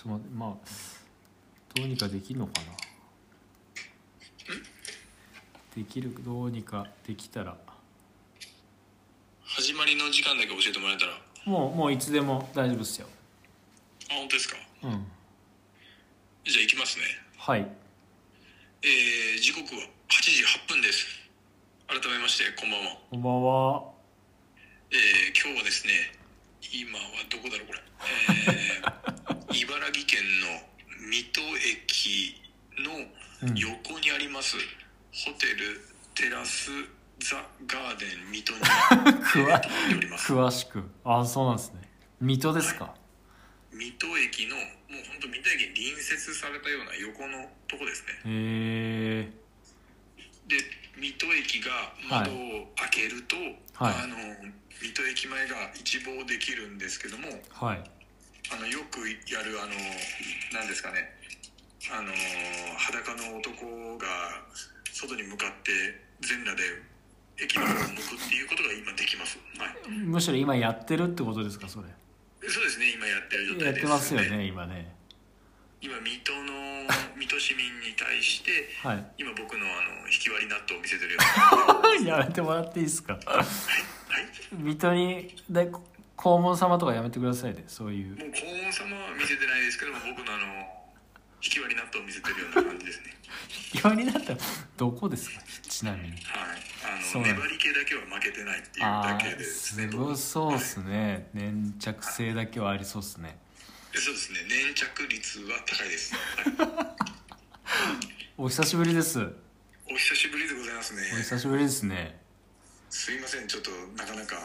っと待って、まあどうにかできるのかな。できる、どうにかできたら。 始まりの時間だけ教えてもらえたら。 もういつでも大丈夫ですよ。 あ、本当ですか。 うん。 じゃあ行きますね。 はい。 時刻は8時8分です。改めましてこんばんは。 こんばんは。 今日はですね、今はどこだろうこれ、茨城県の水戸駅の横にあります、ホテルテラスザ・ガーデン水戸におります。 詳しく。あ、そうなんですね。水戸ですか。 はい、水戸駅のもう本当水戸駅に隣接されたような横のとこですね。 へえ。 で水戸駅が窓を開けると、はい、水戸駅前が一望できるんですけども、はい、よくやる何ですかね、裸の男が外に向かって全裸で駅の方を向くっていうことが今できます、はい、 むしろ今やってるってことですか。それ。 そうですね、今やってる状態ですね。 やってますよね今ね。 今水戸市民に対して、はい、今僕の引き割り納豆を見せてるようなやめてもらっていいですか。はい、はい、水戸に黄門様とかやめてくださいね。そういうもう黄門様は見せてないですけども、僕の引き割り納豆を見せてるような感じですね。 引き割り納豆どこですかちなみに。はい、 粘り気だけは負けてないっていうだけですね。 すごそうですね、はい、粘着性だけはありそうですね。 そうですね、粘着率は高いです、 はい、お久しぶりです。 お久しぶりでございますね。 お久しぶりですね。 すいません、ちょっとなかなか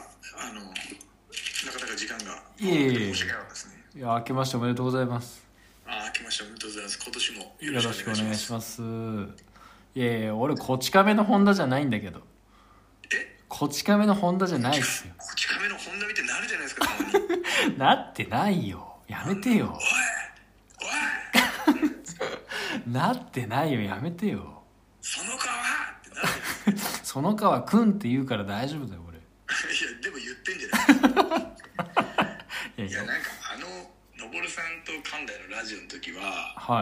時間が申し訳なかったですね。いや、明けましておめでとうございます。 明けましておめでとうございます。今年もよろしくお願いします。いやいや、俺こち亀のホンダじゃないんだけど。こち亀のホンダじゃないっすよ。 こち亀のホンダ見てなるじゃないですか。 なってないよ、やめてよ。 おいなってないよ、やめてよ。 その川ってなる。 その川くんって言うから大丈夫だよ俺。 いやでも言ってんじゃないですか。いやなんかのぼるさんと関大のラジオの時は、はい、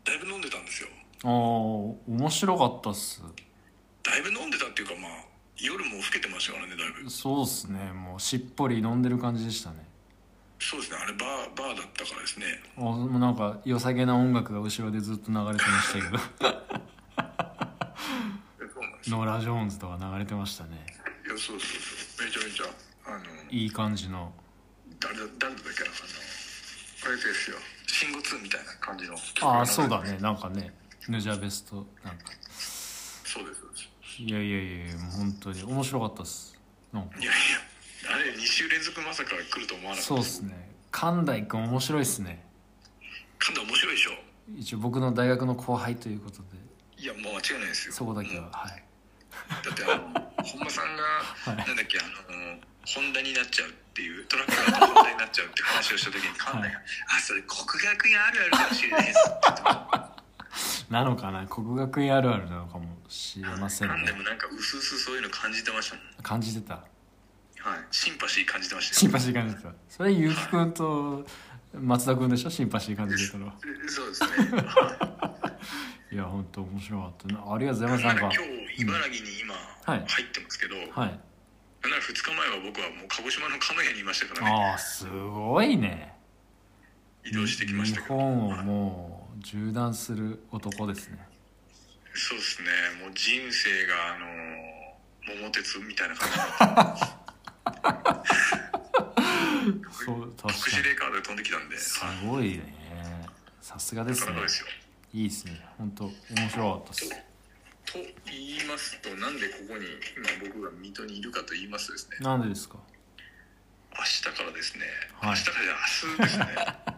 だいぶ飲んでたんですよ。 面白かったっす。 だいぶ飲んでたっていうか、まあ夜も更けてましたからね、だいぶ。 そうっすね、もうしっぽり飲んでる感じでしたね。そうですね、 あれバーだったからですね。 もうなんか良さげな音楽が後ろでずっと流れてましたけどノラ・ジョーンズとか流れてましたね。 いや、そうめちゃめちゃいい感じの。 誰だっけな、あれですよ、シンゴ2みたいな感じの。 そうだね、なんかね、ヌジャベストなんか。 そうです。 いやもう本当に面白かったっす。なんかいやあれ2週連続まさか来ると思わなかった。 そうっすね、神田くん面白いっすね。 神田面白いでしょ。 一応僕の大学の後輩ということで。 いやもう間違いないですよ、 そこだけは、はい。 だって本間さんが、はい、なんだっけ、ホンダになっちゃうっていう、トラックがホンダになっちゃうって話をした時に神田が、はい、それ国学院あるあるかもしれないですって言ってました。 なのかな、国学院あるあるなのかもしれませんね。 でもなんかうすうすそういうの感じてましたもん。 感じてた。 はい、シンパシー感じてました、 シンパシー感じてた。それゆうきくんと松田くんでしょ、シンパシー感じてたのは。 そうですね。 いや本当面白かったな。ありがとうございます。なんか今日茨城に今入ってますけど、はい、なんなら2日前は僕はもう鹿児島の鹿屋にいましたからね。 すごいね。 移動してきましたけど、 日本をもう縦断する男ですね。 そうですね、もう人生が桃鉄みたいな感じになってそう特殊レーカーで飛んできたんで、 すごいね、さすがですね。いいですね、本当面白かったです。 と言いますと、なんでここに今僕が水戸にいるかと言いますとですね。 なんでですか。 明日からですね、はい、明日ですね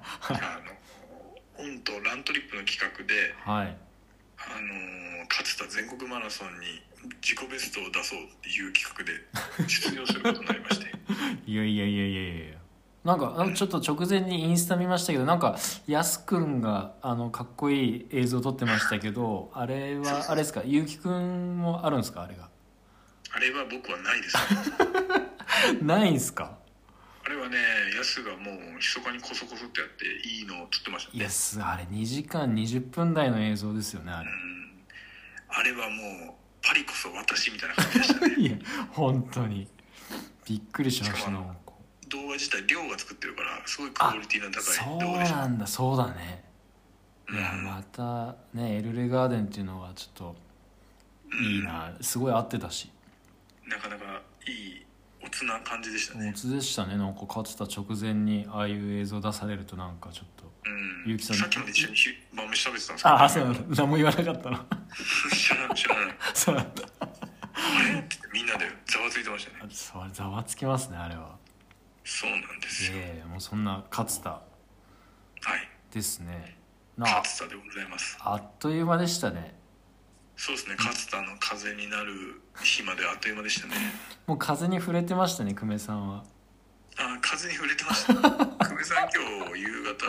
オンとラントリップの企画で、はい、勝田全国マラソンに自己ベストを出そうっていう企画で出場することになりましていやなんかちょっと直前にインスタ見ましたけど、なんかやすくんがかっこいい映像撮ってましたけど、あれはあれですか、ゆうきくんもあるんですか。あれは僕はないですないんすか。 あれはね、ヤスがもう密かにコソコソってやっていいのを撮ってましたね。 あれ2時間20分台の映像ですよね、あれ。 あれはもうパリこそ私みたいな感じでしたね。 いや本当にびっくりしましたね。 動画自体亮が作ってるからすごいクオリティの高い動画でした。 そうなんだ、そうだね。いやまたねエルレガーデンっていうのはちょっといいな、すごい合ってたし、 なかなかいいおつな感じでしたね。 おつでしたね。なんか勝田直前にああいう映像出されるとなんかちょっと、 ゆうきさんさっきまで一緒に晩飯食べてたんですけど、 ああそうなんだ、何も言わなかったの知らないそうなんだあれってみんなでざわついてましたね。 そうざわつきますねあれは。 そうなんですよ。 もうそんな勝田ですね。 勝田でございます。 あっという間でしたね。 そうですね、勝田の風になる日まであっという間でしたね。 もう風に触れてましたね、久米さんは。 風に触れてました久米さん今日夕方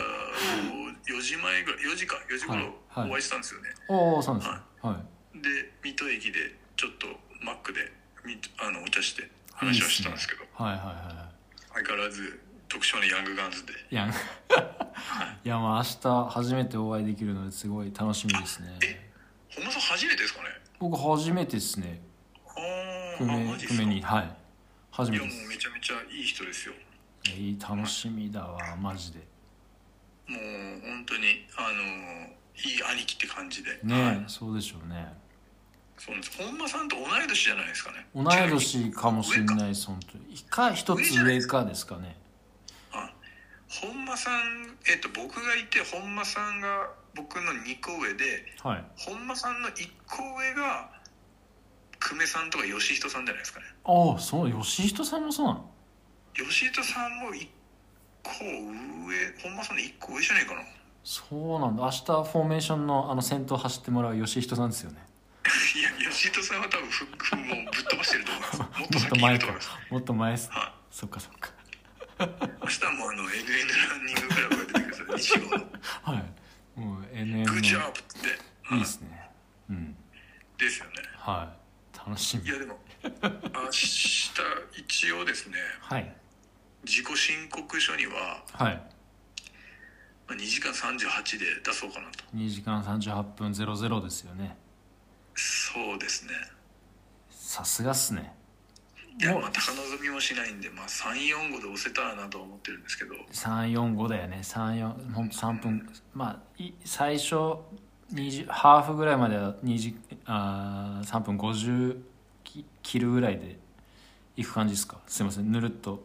4時前ぐらい4時頃お会いしたんですよね。 おお、そうなんですね。 で水戸駅でちょっとマックでお茶して話をしたんですけど、相変わらず特徴のヤングガンズでいやもう明日初めてお会いできるのですごい楽しみですね。 本間さん初めてですかね。 僕初めてですね。久米に初めてです。 いやもうめちゃめちゃいい人ですよ。 楽しみだわ、マジで。 もう本当にいい兄貴って感じでね、そうでしょうね。 そうなんです。本間さんと同い年じゃないですかね。 同い年かもしれないです。本当にか一つ上かですかね。 本間さん僕がいて本間さんが僕の2個上で、本間さんの1個上が久米さんとか吉人さんじゃないですかね。 ああ、そう、吉人さんもそうなの。 吉人さんも1個上、本間さんの1個上じゃないかな。 そうなんだ。明日フォーメーションの先頭走ってもらう吉人さんですよね。 いや吉人さんは多分もうぶっ飛ばしてると思います。もっと先にいると思います。もっと前です。そっかそっか。 明日もNN ランニングクラブが出てくるんですよ、西郷の。 もう NN のグッジョブっていいですね。 ですよね。 楽しみ。 いやでも明日一応ですね、自己申告書には2時間38で出そうかなと。 2時間38分00ですよね。 そうですね。 さすがっすね。 いや高望みもしないんで、345で押せたらなと思ってるんですけど。 345だよね。34ほんと3分、最初ハーフぐらいまでは3分50切るぐらいでいく感じですか。すいません、ぬるっと。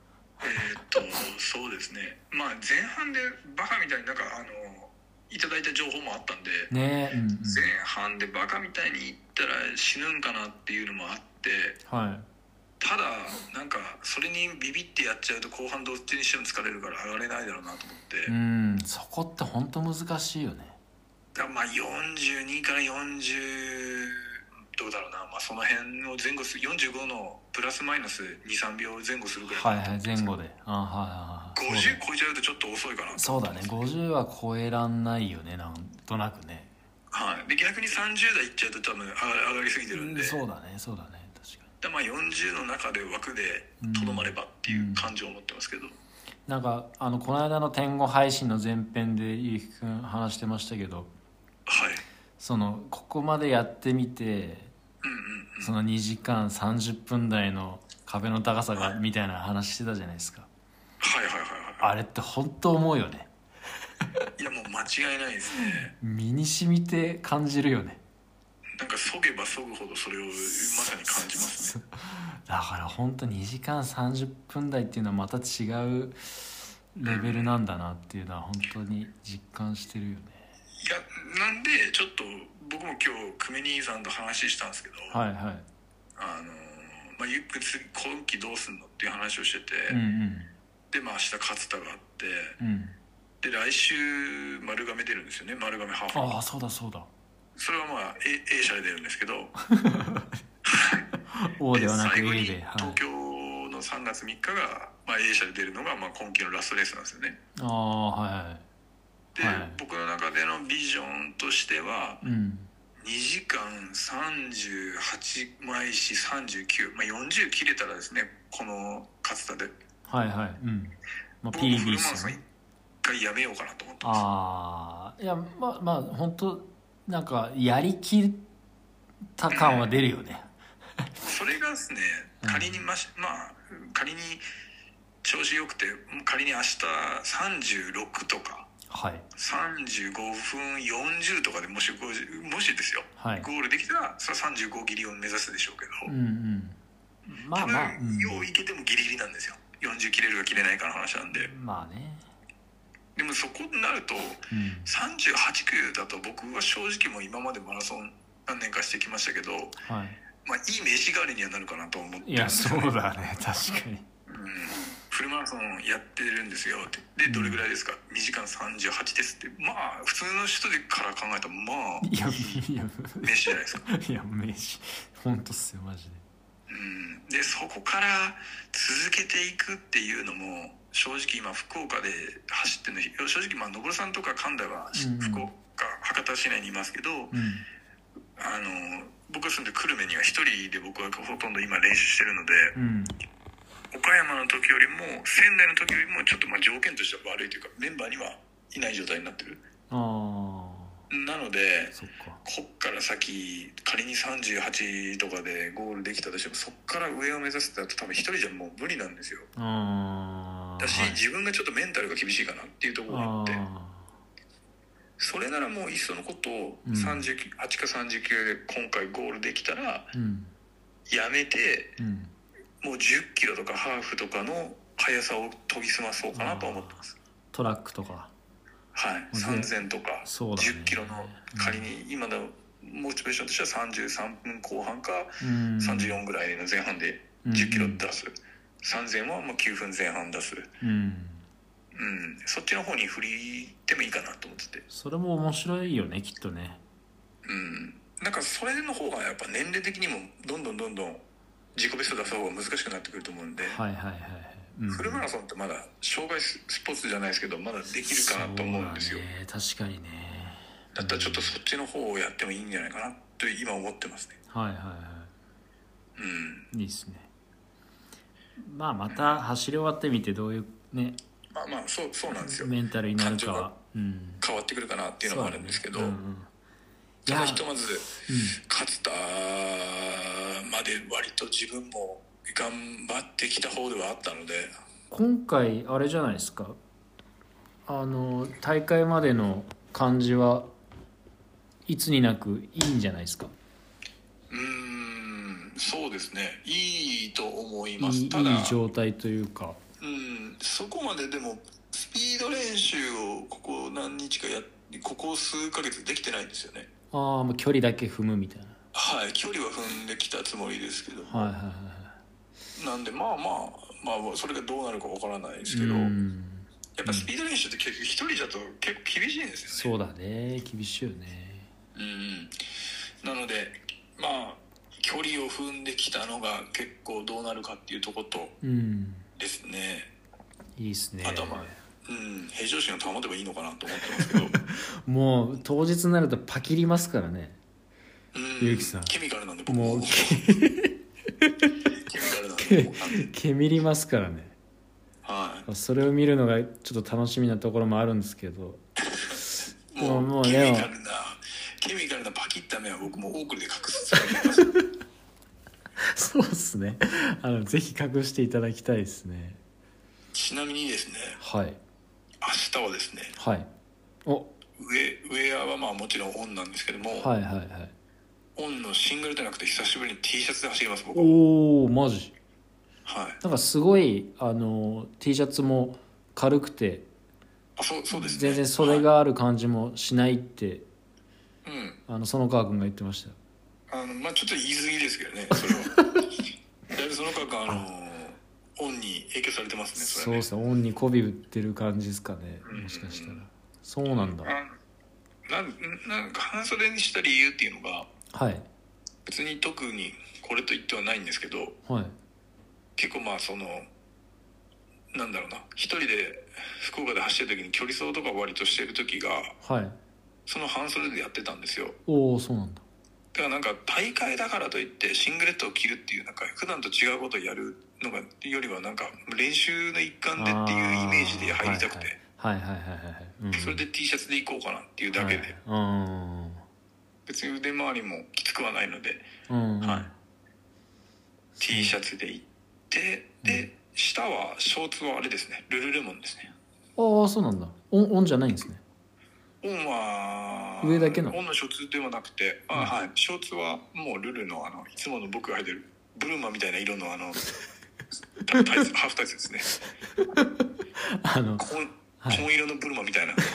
そうですね。前半でバカみたいにいただいた情報もあったんで、前半でバカみたいにいったら死ぬんかなっていうのもあって、ただそれにビビってやっちゃうと後半どっちにしても疲れるから上がれないだろうなと思って。 そこって本当難しいよね。 42から40どうだろうな、その辺を前後する45のプラスマイナス 2,3 秒前後するぐらい前後で 50超えちゃうとちょっと遅いかな。 そうだね、50は超えらんないよね、なんとなくね。 で逆に30代いっちゃうと多分上がりすぎてるんで。 そうだね確かに。 40の中で枠でとどまればっていう感情を持ってますけど、 この間の天狗配信の前編でゆうきくん話してましたけど、ここまでやってみて、その2時間30分台の壁の高さがみたいな話してたじゃないですか。あれって本当思うよね。 いやもう間違いないですね。 身に染みて感じるよね。 そげばそぐほどそれをまさに感じますね。 だから本当2時間30分台っていうのはまた違うレベルなんだなっていうのは本当に実感してるよね。 いやなんでちょっと僕も今日久米兄さんと話したんですけど、今期どうすんのっていう話をしてて、で明日勝田があって、で来週丸亀出るんですよね。丸亀ハーフ。 そうだそうだ。 それはA 社で出るんですけど O ではなく A で、 最後に東京の3月3日が、A 社で出るのが今期のラストレースなんですよね。で、僕の中でのビジョンとしては、2時間38ないし39、40切れたらですね、この勝田で、 はいはい、うん、まあ、 僕もフ PB っルマラソン一すよね。 回やめようかなと思ってます。 ああ、いや、まあ本当なんかやりきった感は出るよね。 それがですね、仮に仮に調子よくて、仮に明日36とかはい、 35分40とかでもしですよ、 はい、 ゴールできたらそれは35ギリを目指すでしょうけど、 うんうん、まあまあ、 多分よういけてもギリギリなんですよ。40切れるか切れないかの話なんで。 まあね、 でもそこになると、38区だと僕は正直もう今までマラソン何年かしてきましたけど、 はい、 まあいい名刺代わりにはなるかなと思ってるんいやですよね。 そうだね、確かに。 フルマラソンやってるんですよって。でどれぐらいですか、2時間38ですって。まあ普通の人から考えたらまあいや名刺じゃないですか。 いや名刺本当っすよマジで。 でそこから続けていくっていうのも正直今福岡で走ってるの、正直のぼるさんとか神田は福岡、博多市内にいますけど、僕が住んで久留米には一人で僕はほとんど今練習してるので、岡山の時よりも仙台の時よりもちょっと条件としては悪いというか、メンバーにはいない状態になってる。なのでこっから先仮に38とかでゴールできたとしても、そっから上を目指すってなると多分一人じゃもう無理なんですよ。だし、自分がちょっとメンタルが厳しいかなっていうところがあって、それならもういっそのことを38か39で今回ゴールできたらやめて、もう10キロとかハーフとかの速さを研ぎ澄まそうかなと思ってます。 トラックとか、 はい、3000とか、10キロの仮に今のモチベーションとしては33分後半か34ぐらいの前半で10キロ出す、3000はもう9分前半出す、そっちの方に振りてもいいかなと思ってて。 それも面白いよねきっとね。 なんかそれの方がやっぱ年齢的にもどんどん自己ベスト出す方が難しくなってくると思うんで、フルマラソンってまだ障害スポーツじゃないですけどまだできるかなと思うんですよ。 確かにね。 だったらちょっとそっちの方をやってもいいんじゃないかなと今思ってますね。 いいですね。また走り終わってみてどういうね、 そうなんですよ。 メンタルになるかは変わってくるかなっていうのもあるんですけど、ただひとまず勝田まで割と自分も頑張ってきた方ではあったので、 今回あれじゃないですか、大会までの感じはいつになくいいんじゃないですか。 そうですね、いいと思います。 ただいい状態というか、 そこまででもスピード練習をここ何日かここ数ヶ月できてないんですよね。 もう距離だけ踏むみたいな。 距離は踏んできたつもりですけど、なんでそれがどうなるかわからないですけど、やっぱスピード練習って結局一人だと結構厳しいんですよね。 そうだね、厳しいよね。 なので距離を踏んできたのが結構どうなるかっていうとことですね。 いいですね。 あとは平常心を保てばいいのかなと思ってますけどもう当日になるとパキりますからね、ゆうきさん。 ケミカルなんで僕もけみりますからね。それを見るのがちょっと楽しみなところもあるんですけどもうケミカルなパキった目は僕もオークルで隠すつもりますそうですね、ぜひ隠していただきたいですね。 ちなみにですね、明日はですね、ウェアはもちろんオンなんですけども、オンのシングルじゃなくて久しぶりに T シャツで走ります。僕はマジ。なんかすごいT シャツも軽くてそうですね、 全然袖がある感じもしないって、園川君が言ってました。 ちょっと言い過ぎですけどね、それはだいぶ園川君オンに影響されてますね。 そうですね、オンに媚び売ってる感じですかね、もしかしたら。そうなんだ。 なんか半袖にした理由っていうのが、別に特にこれと言ってはないんですけど、結構なんだろうな、一人で福岡で走ってる時に距離走とか割としてる時が、その半袖でやってたんですよ。 そうなんだ。 だからなんか大会だからといってシングレットを着るっていうなんか普段と違うことをやるのがよりはなんか練習の一環でっていうイメージで入りたくて、 はいはいはいはいはい、うん、 それで T シャツで行こうかなっていうだけで、 はい、 別に腕回りもきつくはないので、はい、T シャツで行ってで下はショーツはあれですね、ルルレモンですね。 ああそうなんだ。オンじゃないんですね。 オンは上だけのオンのショーツではなくて、はい、ショーツはもうルルのいつもの僕が履いてるブルーマみたいな色のタイツハーフタイツですね。紺色のブルマみたいな、はい、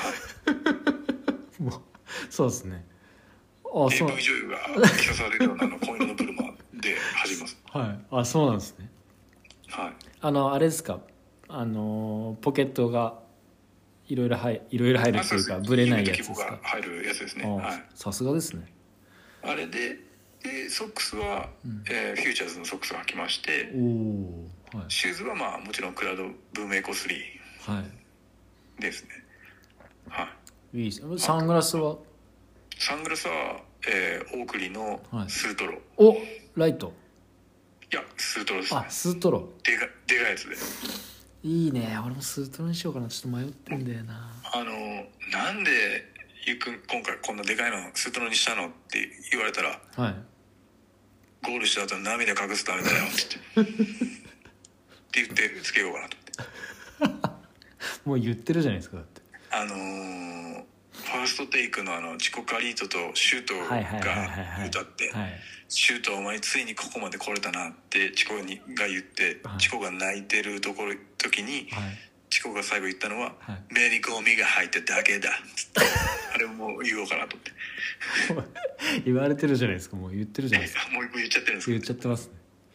もうそうですね。 AV 女優が着さされるような紺色のブルマで走ります。 はい、そうなんですね。 はい、 あれですか、ポケットがいろいろ入るというかブレないやつですか。 入るやつですね。はい、 さすがですね。あれでソックスは、フューチャーズのソックスを履きまして、はい、シューズはまあもちろんクラウドブームエコ3ですね。はい。 いいです。サングラスはオークリーのスートロ、 おライト、 いやスートロですね。 スートロでかいやつでいいね。俺もスートロにしようかな、ちょっと迷ってんだよな。 なんでゆうくん今回こんなでかいのスートロにしたのって言われたら、 はい、 ゴールした後涙隠すためだよって言ってつけようかなと思ってもう言ってるじゃないですか。だってファーストテイクのチコカリートとシュートが歌ってシュートお前ついにここまで来れたなってチコが言って、はい、チコが泣いてる時に、はい、チコが最後言ったのは、はい、目にゴミが入っただけだっつってあれも言おうかなと思って言われてるじゃないですか。もう言ってるじゃないですかもう言っちゃってるんですか。 言っちゃってますね。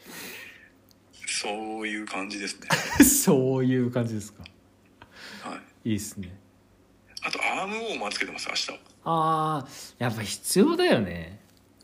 そういう感じですねそういう感じですか。 はい、 いいっすね。 あとアームウォーマーつけてます明日。 やっぱ必要だよね。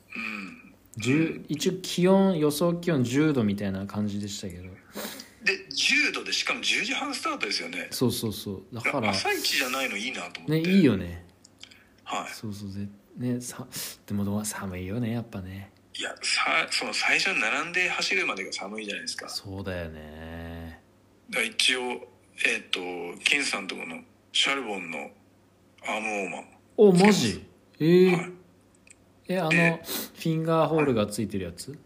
一応予想気温10度みたいな感じでしたけど、 で10度でしかも10時半スタートですよね。 そうだから朝一じゃないのいいなと思ってね。いいよね。 はい。 そうね。でも寒いよねやっぱね。 いやその最初に並んで走るまでが寒いじゃないですか。 そうだよね。 一応ケンさんとこのシャルボンのアームウォーマー。 おマジ。はい、フィンガーホールがついてるやつ。違う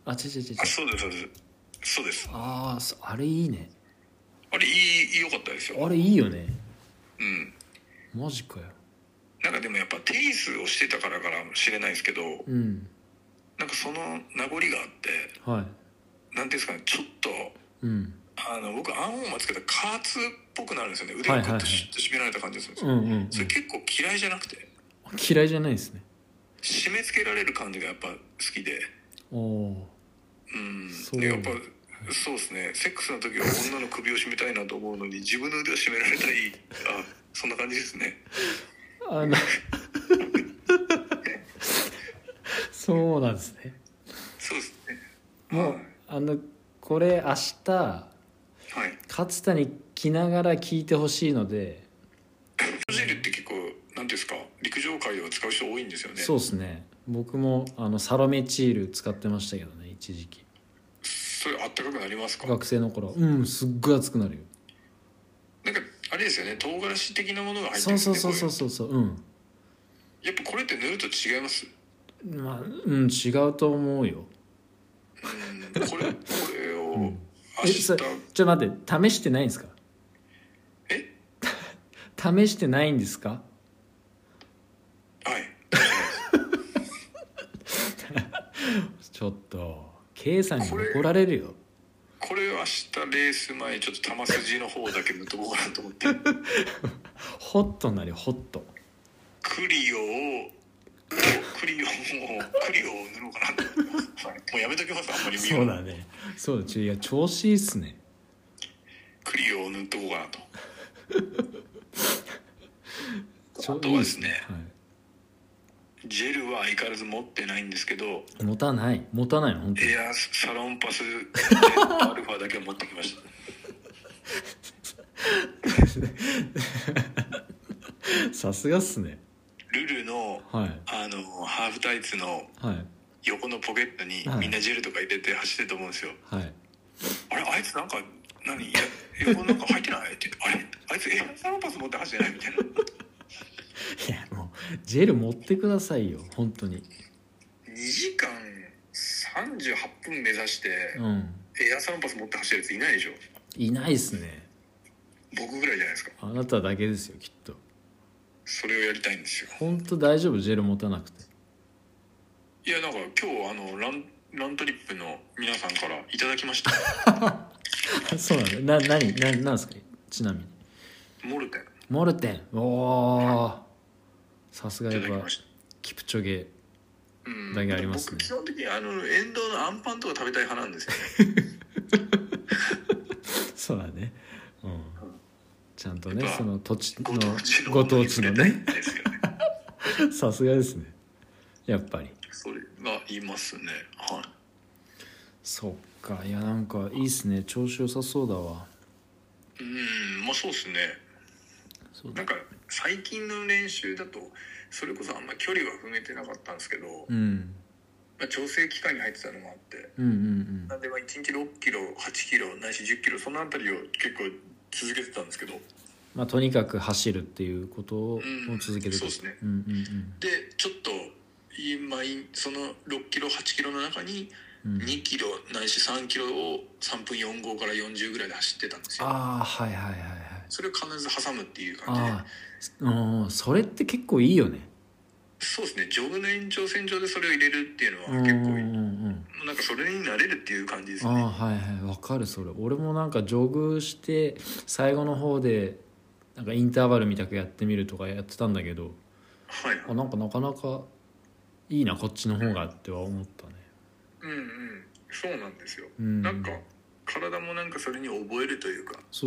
そうです。 あれいいね。 あれ良かったですよ。 あれいいよね。マジかよ。 なんかでもやっぱテニスをしてたからかもしれないですけど、なんかその名残があって、はい、なんていうんですかね、ちょっと、僕アームウォーマーつけたら加圧っぽくなるんですよね。腕がグッと締められた感じがするんですよ。それ結構嫌いじゃなくて。 嫌いじゃないですね。 締め付けられる感じがやっぱ好きで。でやっぱそうですね。セックスの時は女の首を絞めたいなと思うのに自分の腕を絞められたい。そんな感じですね。 そうなんですね。 そうですね。 もうこれ明日、勝田に来ながら聞いてほしいので。 ジェルって結構なんですか、陸上界では使う人多いんですよね。 そうですね。僕もサロメチール使ってましたけどね、一時期。 それあったかくなりますか。 学生の頃すっごい熱くなるよ。 なんかあれですよね、唐辛子的なものが入ってるんですね。そうやっぱこれって塗ると違います。 違うと思うよ。 これを明日ちょっと待って、試してないんですか。試してないんですか。 はいちょっと K さんに怒られるよ。 これを明日レース前ちょっと球筋の方だけ塗っとこうかなと思ってホットなりホットクリオを塗ろうかなともうやめときます。あんまり見よう。 そうだね。いや調子いいっすね。 クリオを塗っとこうかなとあとはですね、ジェルは相変わらず持ってないんですけど。 持たないの本当に。 エアサロンパスアルファだけは持ってきましたさすがっすね。 ルルの、ハーフタイツの、 横のポケットにはいみんなジェルとか入れて走ってると思うんですよ。 はいあれあいつなんかいや横なんか入ってないって言って、あれあいつエアサロンパス持って走ってないみたいな。 いやもうジェル持ってくださいよ本当に。 2時間38分目指してエアサロンパス持って走るやついないでしょ。 いないっすね。 僕ぐらいじゃないですか。 あなただけですよきっと。 それをやりたいんですよ。 本当大丈夫ジェル持たなくて。 いやなんか今日ラントリップの皆さんからいただきました。 そうなんだ。なんですかちなみに。 モルテンモルテン。おおさすがやっぱいただきました。 キプチョゲだけありますね。 僕基本的にエンドウのアンパンとか食べたい派なんですよね。 そうだね、ちゃんとねその土地のごご当地のねですよね。 さすがですねやっぱり。 それがいますね。はい。 そっか。いやなんかいいっすね。調子良さそうだわ。 まあそうですね。 そうだ。 なんか最近の練習だとそれこそあんま距離は踏めてなかったんですけど、まあ、調整期間に入ってたのもあって、なんでまあ1日6キロ8キロないし10キロそのあたりを結構続けてたんですけど、 まあとにかく走るっていうことを続けてた。 そうですね。でちょっと今その6キロ8キロの中に2キロないし3キロを3分45から40ぐらいで走ってたんですよ。 ああはいはいはいはい。 それを必ず挟むっていう感じで。 ああそれって結構いいよね。 そうですね。ジョグの延長線上でそれを入れるっていうのは結構いい。なんかそれに慣れるっていう感じですね。 はいはいわかるそれ。俺もなんかジョグして最後の方でなんかインターバルみたくやってみるとかやってたんだけど、 はいなんかなかなかいいなこっちの方がっては思ったね。 そうなんですよ。なんか体もなんかそれに覚えるというか。 そう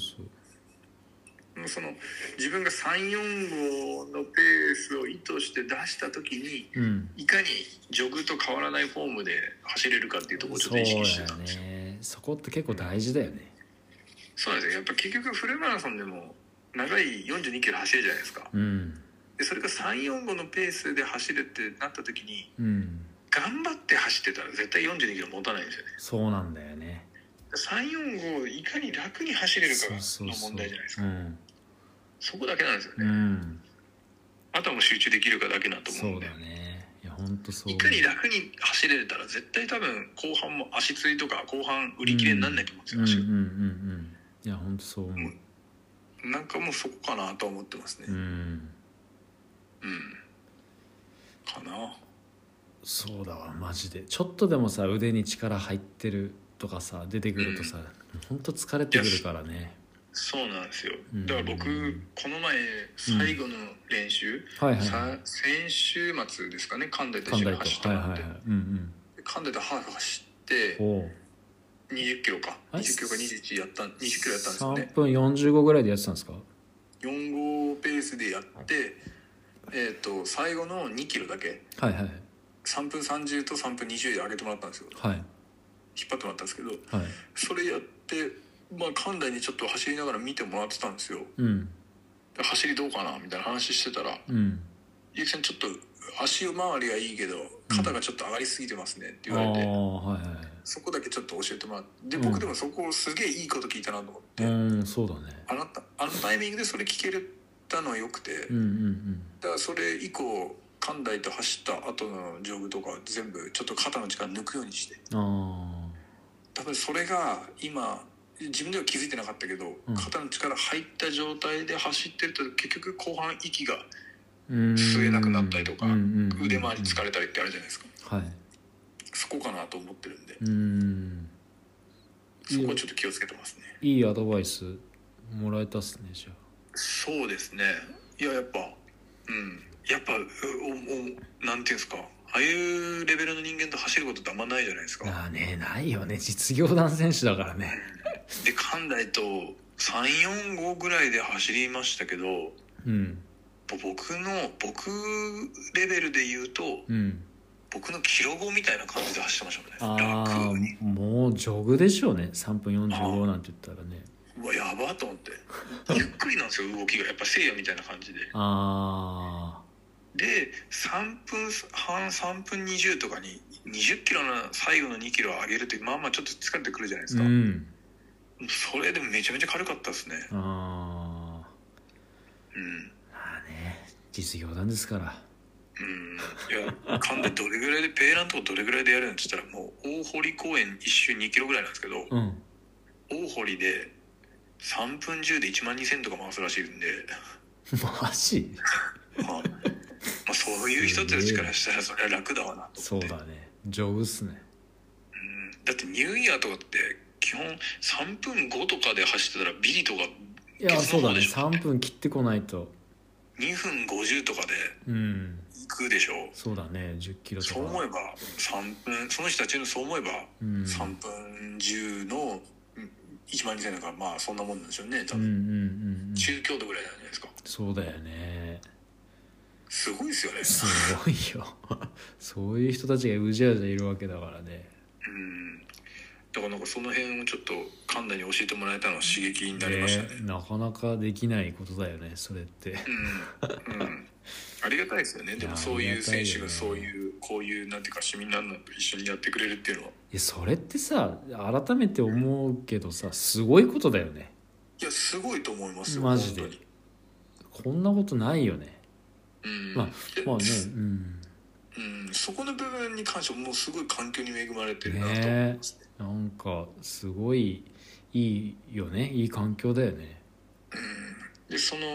その自分が345のペースを意図して出した時に、いかにジョグと変わらないフォームで走れるかっていうところをちょっと意識してたんですよ。 そうだよね。そこって結構大事だよね。 そうなんですよ。やっぱ結局フルマラソンでも長い42キロ走るじゃないですか。でそれが345のペースで走るってなった時に、頑張って走ってたら絶対42キロ持たないんですよね。 そうなんだよね。 345をいかに楽に走れるかの問題じゃないですか。そこだけなんですよね。あとはもう集中できるかだけだと思うんで。 そうだね。いや本当そう。 いかに楽に走れたら絶対多分後半も足つりとか後半売り切れにならないと思うんですよ。 いや本当そう思う。なんかもうそこかなと思ってますね。かな。 そうだわマジで。ちょっとでもさ腕に力入ってるとかさ出てくるとさ、本当疲れてくるからね。 そうなんですよ。だから僕この前最後の練習、先週末ですかね、関大と一緒に走ってもらって、関大とハーフ走って20キロか20キロか21やった20キロやったんですよね。 3分45ぐらいでやってたんですか。 45ペースでやって、最後の2キロだけ3分30と3分20で上げてもらったんですよ。引っ張ってもらったんですけど、それやって関大にちょっと走りながら見てもらってたんですよ。走りどうかなみたいな話してたら、ゆきさんちょっと足回りがいいけど肩がちょっと上がりすぎてますねって言われて、そこだけちょっと教えてもらって、で僕でもそこすげえいいこと聞いたなと思って、 そうだね。 あのタイミングでそれ聞けたのはよくて、だからそれ以降関大と走った後のジョグとか全部ちょっと肩の力抜くようにして、多分それが今自分では気づいてなかったけど、肩の力入った状態で走ってると結局後半息が吸えなくなったりとか、腕回り疲れたりってあるじゃないですか。そこかなと思ってるんで、そこはちょっと気をつけてますね。 いいアドバイスもらえたっすね。じゃあそうですね。いややっぱなんていうんですか、ああいうレベルの人間と走ることってあんまないじゃないですか。 ないよね。実業団選手だからね。 で関大と345ぐらいで走りましたけど、僕レベルで言うと、僕のキロ5みたいな感じで走ってましたもんね。楽にもうジョグでしょうね。3分45なんて言ったらね。 うわやばと思ってゆっくりなんですよ動きが。やっぱ聖夜みたいな感じで。 で3分半3分20とかに20キロの最後の2キロ上げるってまあまあちょっと疲れてくるじゃないですか、 うん、 それでもめちゃめちゃ軽かったですね。 あうんあね、実業団ですから。 いや神田どれぐらいでペーランとこどれぐらいでやるんって言ったらもう大堀公園一周2キロぐらいなんですけど、 うん、 大堀で3分10で1万2000とか回すらしいんでマジまあそういう人たちからしたらそれは楽だわなとそう思って。 だね、丈夫っすね。 だってニューイヤーとかって基本3分5とかで走ってたらビリとかいやそうだね、 別の方でしょ。 3分切ってこないと。 2分50とかでうん行くでしょ。 そうだね、10キロとか。 そう思えば3分その人たちのそう思えばうん 3分10の1万2000だからまあそんなもんなんでしょうね多うんうん分、 うんうん、 中強度ぐらいじゃないですか。 そうだよね、 すごいですよね。 すごいよそういう人たちがうじゃうじゃいるわけだからね。 だからなんかその辺をちょっと神田に教えてもらえたのは刺激になりましたね。 なかなかできないことだよねそれってありがたいですよね。でもそういう選手がね、 そういうこういうなんていうか市民ランナーと一緒にやってくれるっていうのは、 いやそれってさ改めて思うけどさすごいことだよね。 いやすごいと思いますよマジで本当に。 こんなことないよね。まあね、 そこの部分に関してはもうすごい環境に恵まれてるなと思いますね。 なんかすごいいいよね、いい環境だよね。 でその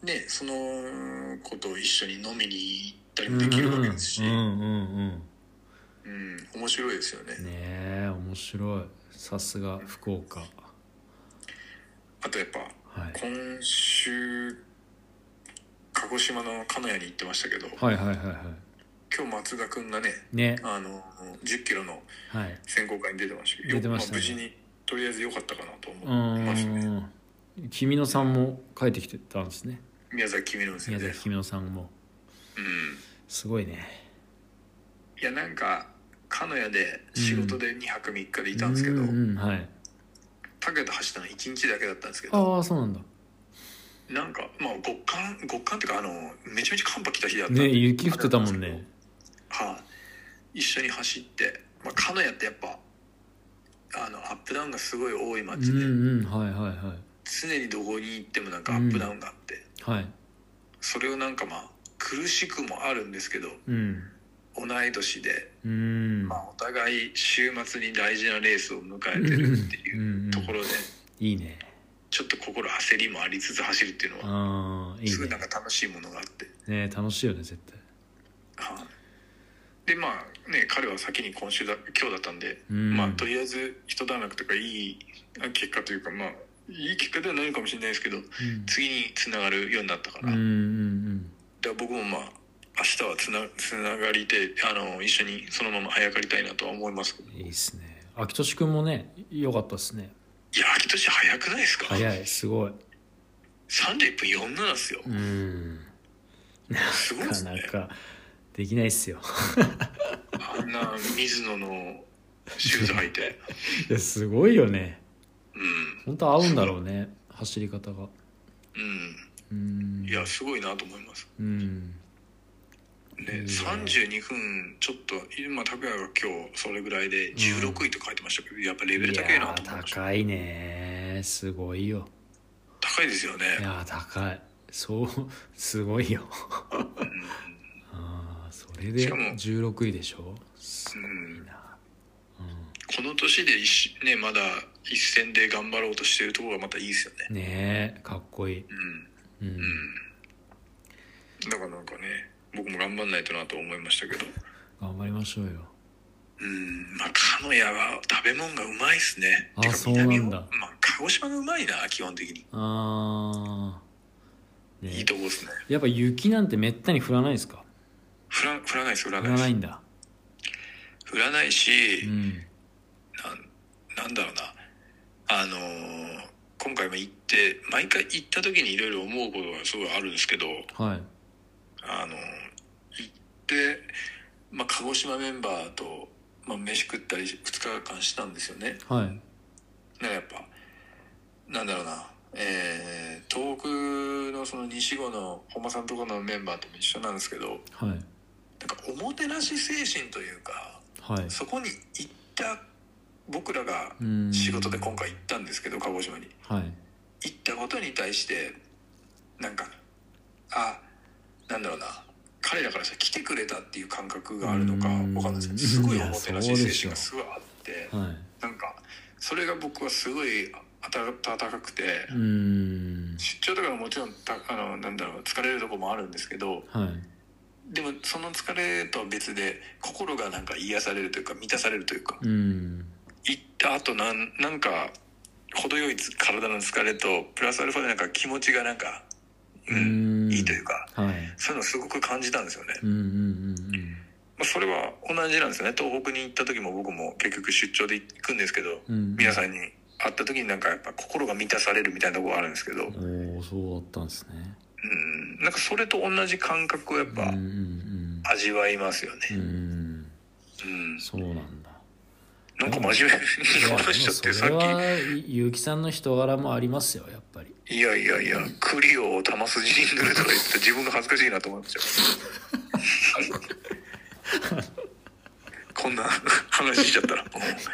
ことを一緒に飲みに行ったりもできるわけですし、面白いですよね。 ねえ面白い、さすが福岡。 あとやっぱ、 はい、 今週鹿児島の鹿屋に行ってましたけど、 はいはいはいはい、 今日松田君がね10キロの選考会に出てましたけど、 出てましたね。 無事にとりあえず良かったかなと思いますね。 君野さんも帰ってきてたんですね。 宮崎君野ですよね。 宮崎君野さんも、すごいね。 いやなんか鹿屋で仕事で2泊3日でいたんですけど、はい、武田走ったの1日だけだったんですけど、 ああそうなんだ。 なんかまあ極寒っていうかめちゃめちゃ寒波来た日だったんで、 ね、雪降ってたもんね。 一緒に走って、鹿屋ってやっぱアップダウンがすごい多い街で、常にどこに行ってもなんかアップダウンがあって、それをなんか苦しくもあるんですけど、同い年で、お互い週末に大事なレースを迎えてるっていうところで、 いいね。 ちょっと心焦りもありつつ走るっていうのは、すごいなんか楽しいものがあってね、楽しいよね絶対。 で彼は先に今日だったんで、とりあえず一段落とかいい結果というかいい結果ではないのかもしれないですけど、次につながるようになったから、で僕も明日はつながりて一緒にそのままあやかりたいなとは思います。 いいですね。秋俊くんもね良かったですね。 いや秋俊早くないですか。 早い、すごい。 31分47ですよ。すごいですね。 なかなかできないっすよあんな水野のシューズ履いていやすごいよね。本当合うんだろうね、走り方が。 いやすごいなと思います。32分ちょっと今拓也が今日それぐらいで16位と書いてましたけど、やっぱレベル高いなと思いました。 高いね、すごいよ。 高いですよね。 いや高い、そうすごいよそれで16位でしょ。すごいな。 この年でまだ一戦で頑張ろうとしてるところがまたいいですよね。 ねえかっこいい。 だからなんかね僕も頑張んないとなと思いましたけど。 頑張りましょうよ。 鹿屋は食べ物がうまいっすね。 そうなんだ。 鹿児島がうまいな基本的に。いいとこですね。 やっぱ雪なんてめったに降らないですか。 降らないです。降らないんだ。 降らないし、なんだろうな今回も行って毎回行った時にいろいろ思うことがすごいあるんですけど、行って鹿児島メンバーと、飯食ったり2日間したんですよね。だからやっぱなんだろうな東北のその西郷の本間さんとこのメンバーとも一緒なんですけど、 はいなんかおもてなし精神というか、 はいそこに行った僕らが仕事で今回行ったんですけど、鹿児島にはい行ったことに対してなんかなんだろうな、彼らからしたら来てくれたっていう感覚があるのかわかんないですけど、すごいおもてなし精神がすごいあって、 はいなんかそれが僕はすごい温かくて、出張とかはもちろんなんだろう、疲れるとこもあるんですけど、 はいでもその疲れとは別で心がなんか癒されるというか満たされるというか、行った後なんか程よい体の疲れとプラスアルファでなんか気持ちがなんか、いいというか、はい、そういうのすごく感じたんですよね。それは同じなんですよね。東北に行った時も僕も結局出張で行くんですけど、皆さんに会った時になんかやっぱ心が満たされるみたいなところがあるんですけど、 そうだったんですね。 なんかそれと同じ感覚をやっぱ味わいますよね。 そうなんだ。 なんか真面目に話しちゃって、さっきそれは結城さんの人柄もありますよやっぱり。 いや栗を玉筋に塗るとか言って自分が恥ずかしいなと思っちゃうこんな話しちゃったら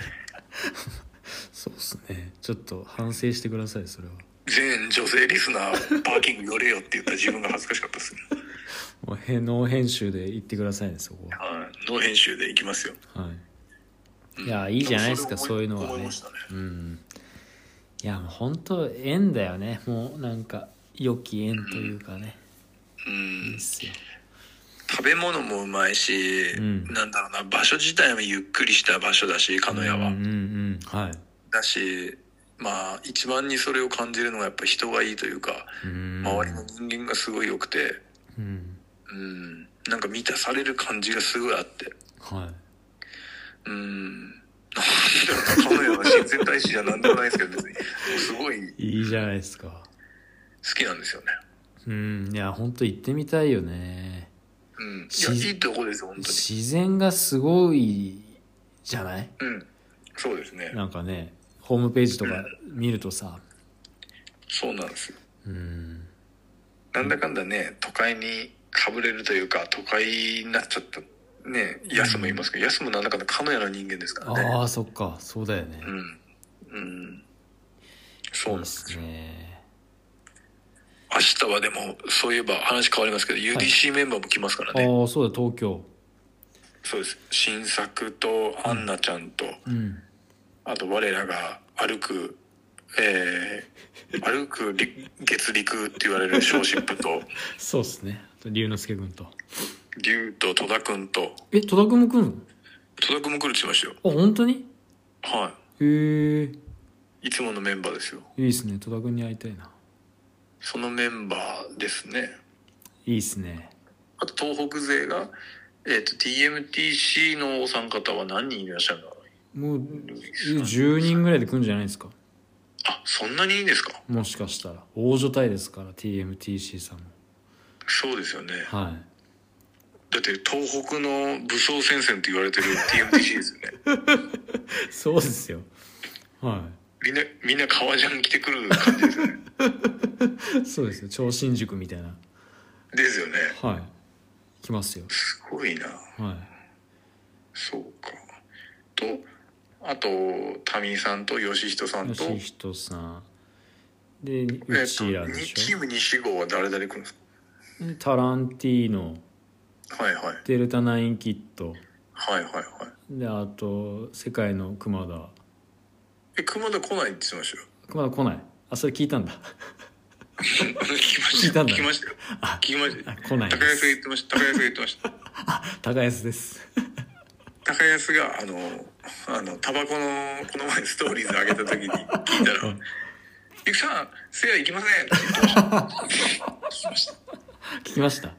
そうですね、ちょっと反省してください。それは全女性リスナーパーキング寄れよって言った自分が恥ずかしかったですね。 もうノー編集で言ってくださいね、そこは。 はい、ノー編集でいきますよ。 はい、いやいいじゃないですか、そういうのはね。 思いましたね。 いやもう本当縁だよね。もうなんか良き縁というかね、いいっすよ。 食べ物もうまいし、なんだろうな、場所自体もゆっくりした場所だし、鹿屋は、 はい、 だし、まあ一番にそれを感じるのはやっぱ人がいいというか、周りの人間がすごい良くて、なんか満たされる感じがすごいあって、 はい、 なんだろうな、鹿屋の親善大使じゃなんでもないですけど、別にすごいいいじゃないですか。 好きなんですよね。 いや本当行ってみたいよね。 いやいいとこですよ本当に。 自然がすごいじゃない？ そうですね。 なんかね、ホームページとか見るとさ、 そうなんですよ。なんだかんだね、都会にかぶれるというか、都会になっちゃったね、ヤスもいますけど、ヤスもなんだかんだ鹿屋の人間ですからね。 ああそっか、そうだよね。 そうなんですよ。 ね。 明日はでもそういえば話変わりますけど、UDC メンバーも来ますからね。 ああそうだ、東京。 そうです。新作とアンナちゃんと、あと我らが歩く月陸って言われる小シップとそうですね、龍之介君と龍と戸田君と。 戸田君も来るの？ 戸田君も来るって言ってましたよ。 あ、本当に？ はい。 へえ。 いつものメンバーですよ。 いいですね、戸田君に会いたいな。 そのメンバーですね。 いいですね。 あと東北勢が、TMTC のお三方は何人いらっしゃるんだろう。 もう10人ぐらいで来るんじゃないですか。 あ、そんなにいいんですか。 もしかしたら大所帯ですから TMTC さんも。 そうですよね。 はい。 だって東北の武装戦線と言われてる TMTC ですよね。 そうですよ。はい。 みんな革ジャン着てくる感じですよね。 そうですよ、超新塾みたいな。 ですよね。 はい。来ますよ。 すごいな。 はい。 そうか。と、あとタミさんと吉人さんと。 吉人さん。で、うちらでしょ。 チーム西郷は誰々来るんですか。 タランティーノ。 はいはい。 デルタナインキット。 はいはいはい。 で、あと世界の熊田。 熊田来ないって言ってましたよ。 熊田来ない。あ、それ聞いたんだ。 聞いたんだ。聞きましたよ。聞きました。 来ないです。 高安が言ってました。高安が言ってました。 高安です。 高安がタバコのこの前ストーリーズ上げた時に聞いたら「ゆきさんせや行きません」って言ってました。聞きました。 聞きました。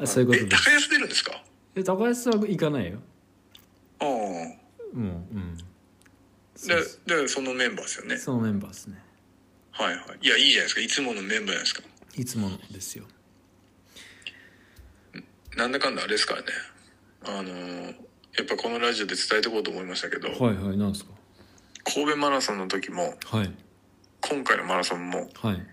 そういうことです。 高安出るんですか。 高安は行かないよ。 ああ。でそのメンバーですよね。 そのメンバーですね。 はいはい。いやいいじゃないですか。いつものメンバーじゃないですか。 いつものですよ。 なんだかんだあれですからね。やっぱこのラジオで伝えておこうと思いましたけど。 はいはい。なんですか。 神戸マラソンの時も。 はい。 今回のマラソンもはい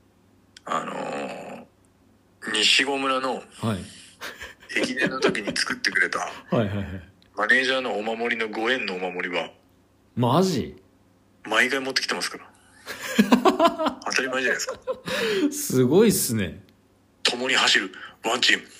西郷村のはい駅伝の時に作ってくれたはいはいはい。 マネージャーのお守りのご縁のお守りはマジ毎回持ってきてますから当たり前じゃないですか。 すごいっすね。 共に走るワンチーム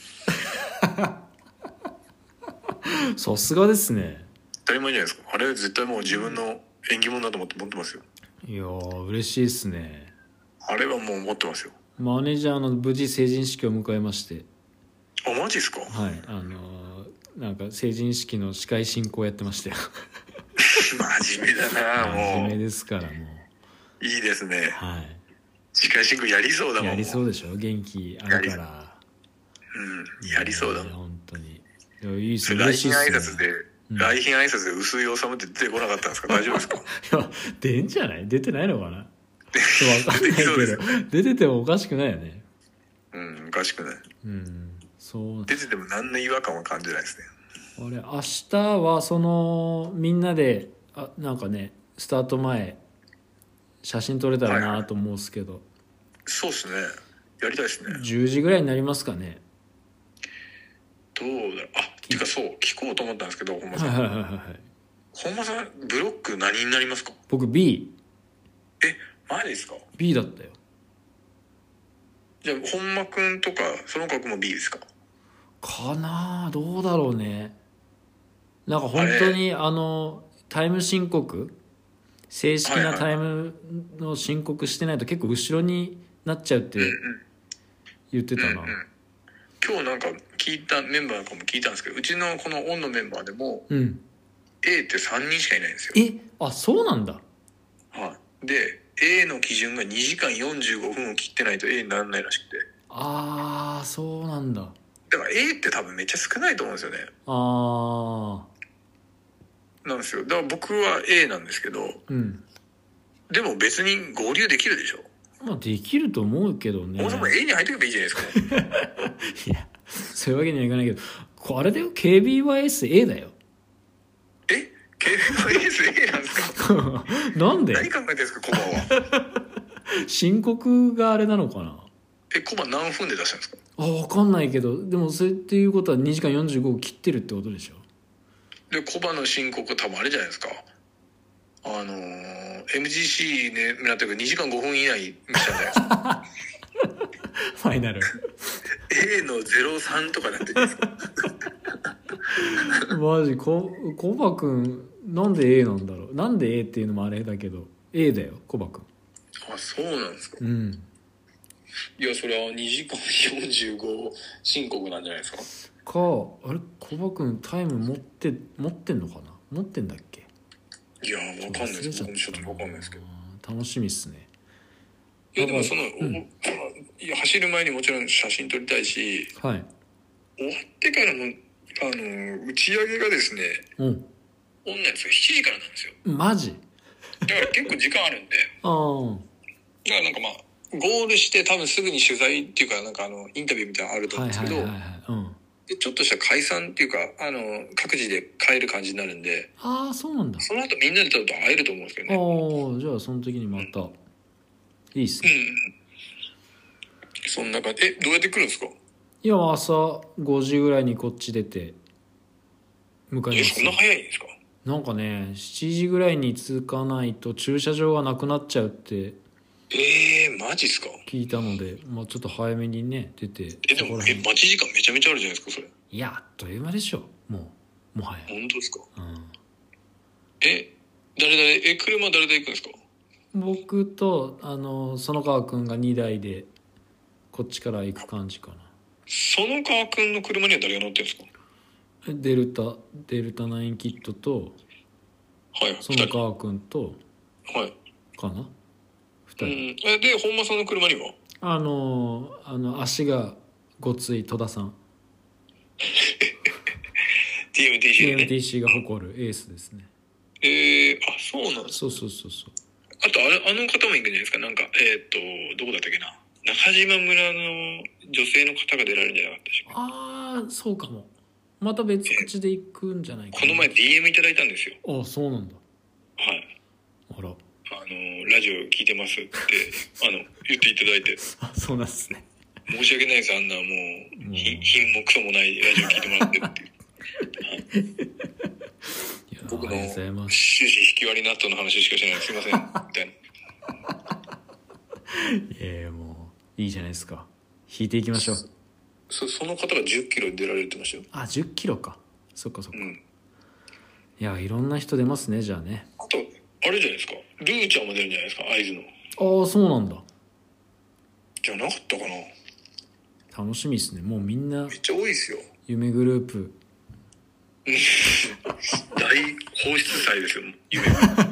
さすがですね。 当たり前じゃないですか。あれ絶対もう自分の縁起物だと思って持ってますよ。 いやー嬉しいっすね。 あれはもう持ってますよ。 マネージャーの無事成人式を迎えまして、 あ、マジですか。 はいなんか成人式の司会進行やってましたよ。 真面目だな。も真面目うですからもう。 いいですね。 はい司会進行やりそうだもん。 やりそうでしょ。元気あるから。 うん、やりそうだもん。 いや本当に。いやいいっす来嬉しい賓っすね。 挨拶で、来賓挨拶で薄い治って出てこなかったんですか。大丈夫ですか。 いや出んじゃない？出てないのかな。分かんないけそうですど出ててもおかしくないよね。 おかしくない。 そう。 出てても何の違和感は感じないですね。 俺明日はそのみんなでなんかねスタート前写真撮れたらなと思うんですけど、 そうですね。やりたいですね。 10時ぐらいになりますかね。 どうだろう。てかそう聞こうと思ったんですけど、本間さん、 はいはいはいはい。 本間さんブロック何になりますか。 僕 B マジですか。 だったよ。 じゃあ本間くんとかその格も B ですか。 かなあどうだろうね。なんか本当にタイム申告正式なタイムの申告してないと結構後ろになっちゃうって言ってたな。 今日なんか聞いたメンバーなんかも聞いたんですけど、うちのこのオンのメンバーでも、 うん。 A って3人しかいないんですよ。 あ、そうなんだ。 はい。で A の基準が2時間45分を切ってないと A にならないらしくて。 ああそうなんだ。 だから A って多分めっちゃ少ないと思うんですよね。なんですよ。だから僕は A なんですけど、でも別に合流できるでしょ。 まあできると思うけどね。 もうそも A に入っていけばいいじゃないですか。 いやそういうわけにはいかないけど、あれだよ KBYSA だよ。 KBYSA なんですか。 なんで何考えてるんですか、コバは。 申告があれなのかな。 コバ何分で出したんですか。 分かんないけど、でもそれっていうことは2時間45を切ってるってことでしょ。 でコバの申告多分あれじゃないですか。MGC ねなってる2時間5分以内にしたんじゃないですか。 ファイナル A の03とかなってるんですか。 マジコバくんなんで A なんだろう。なんで A っていうのもあれだけど A だよコバくん。 あ、そうなんですか。 いやそれは2時間45申告なんじゃないですか。 あれコバくんタイム持ってんのかな。持ってんだっけ。 いやわかんないです。僕もちょっとわかんないですけど。 楽しみっすね。 いやでもその、走る前にもちろん写真撮りたいし、 はい、 終わってからの打ち上げがですね、オンのやつが7時からなんですよ。 マジ。 だから結構時間あるんで。だからなんかまあゴールして多分すぐに取材っていうかなんかインタビューみたいなのあると思うんですけど、でちょっとした解散っていうか各自で帰る感じになるんで。 ああそうなんだ。 その後みんなで撮ると会えると思うんですけどね。 じゃあその時にまた、いいっすね。 そんな感じ。どうやって来るんですか。 いや朝5時ぐらいにこっち出て向かいます。 そんな早いんですか。 なんかね7時ぐらいに着かないと駐車場がなくなっちゃうってマジっすか。 聞いたので、ちょっと早めにね出て。 でも待ち時間めちゃめちゃあるじゃないですかそれ。 いやあっという間でしょもはや。 本当ですか。車誰で行くんですか。 僕と園川くんが2台でこっちから行く感じかな。 園川くんの車には誰が乗ってるんですか。 デルタ9キットと園川くんとかな2人。 で本間さんの車には足がごつい戸田さんTMTC が誇るエースですね。 そうなんです。 そうあとあの方も行くんじゃないですか。なんかどこだったっけな、中島村の女性の方が出られるんじゃなかったでしょうか。 ああそうかも。また別口で行くんじゃないかな。 この前 DM いただいたんですよ。 あそうなんだ。 はい。 あらラジオ聞いてますって言っていただいて、 あ、そうなんですね。 申し訳ないです。あんなもう品もクソもないラジオ聞いてもらってるっていう。 いや僕のありがとうございます。 終始引き割り納豆の話しかしない。すいませんみたいな。 いやもういいじゃないですか。引いていきましょう。 その方が10キロ出られてましたよ。 あ、10キロか。そっかそっか。 うん。 いやいろんな人出ますね、じゃあね。 あとあれじゃないですか。ルーちゃんも出るんじゃないですか。会津の。 ああ、そうなんだ。 じゃなかったかな。 楽しみですね。もうみんなめっちゃ多いですよ。 夢グループ。 大放出祭ですよ。夢。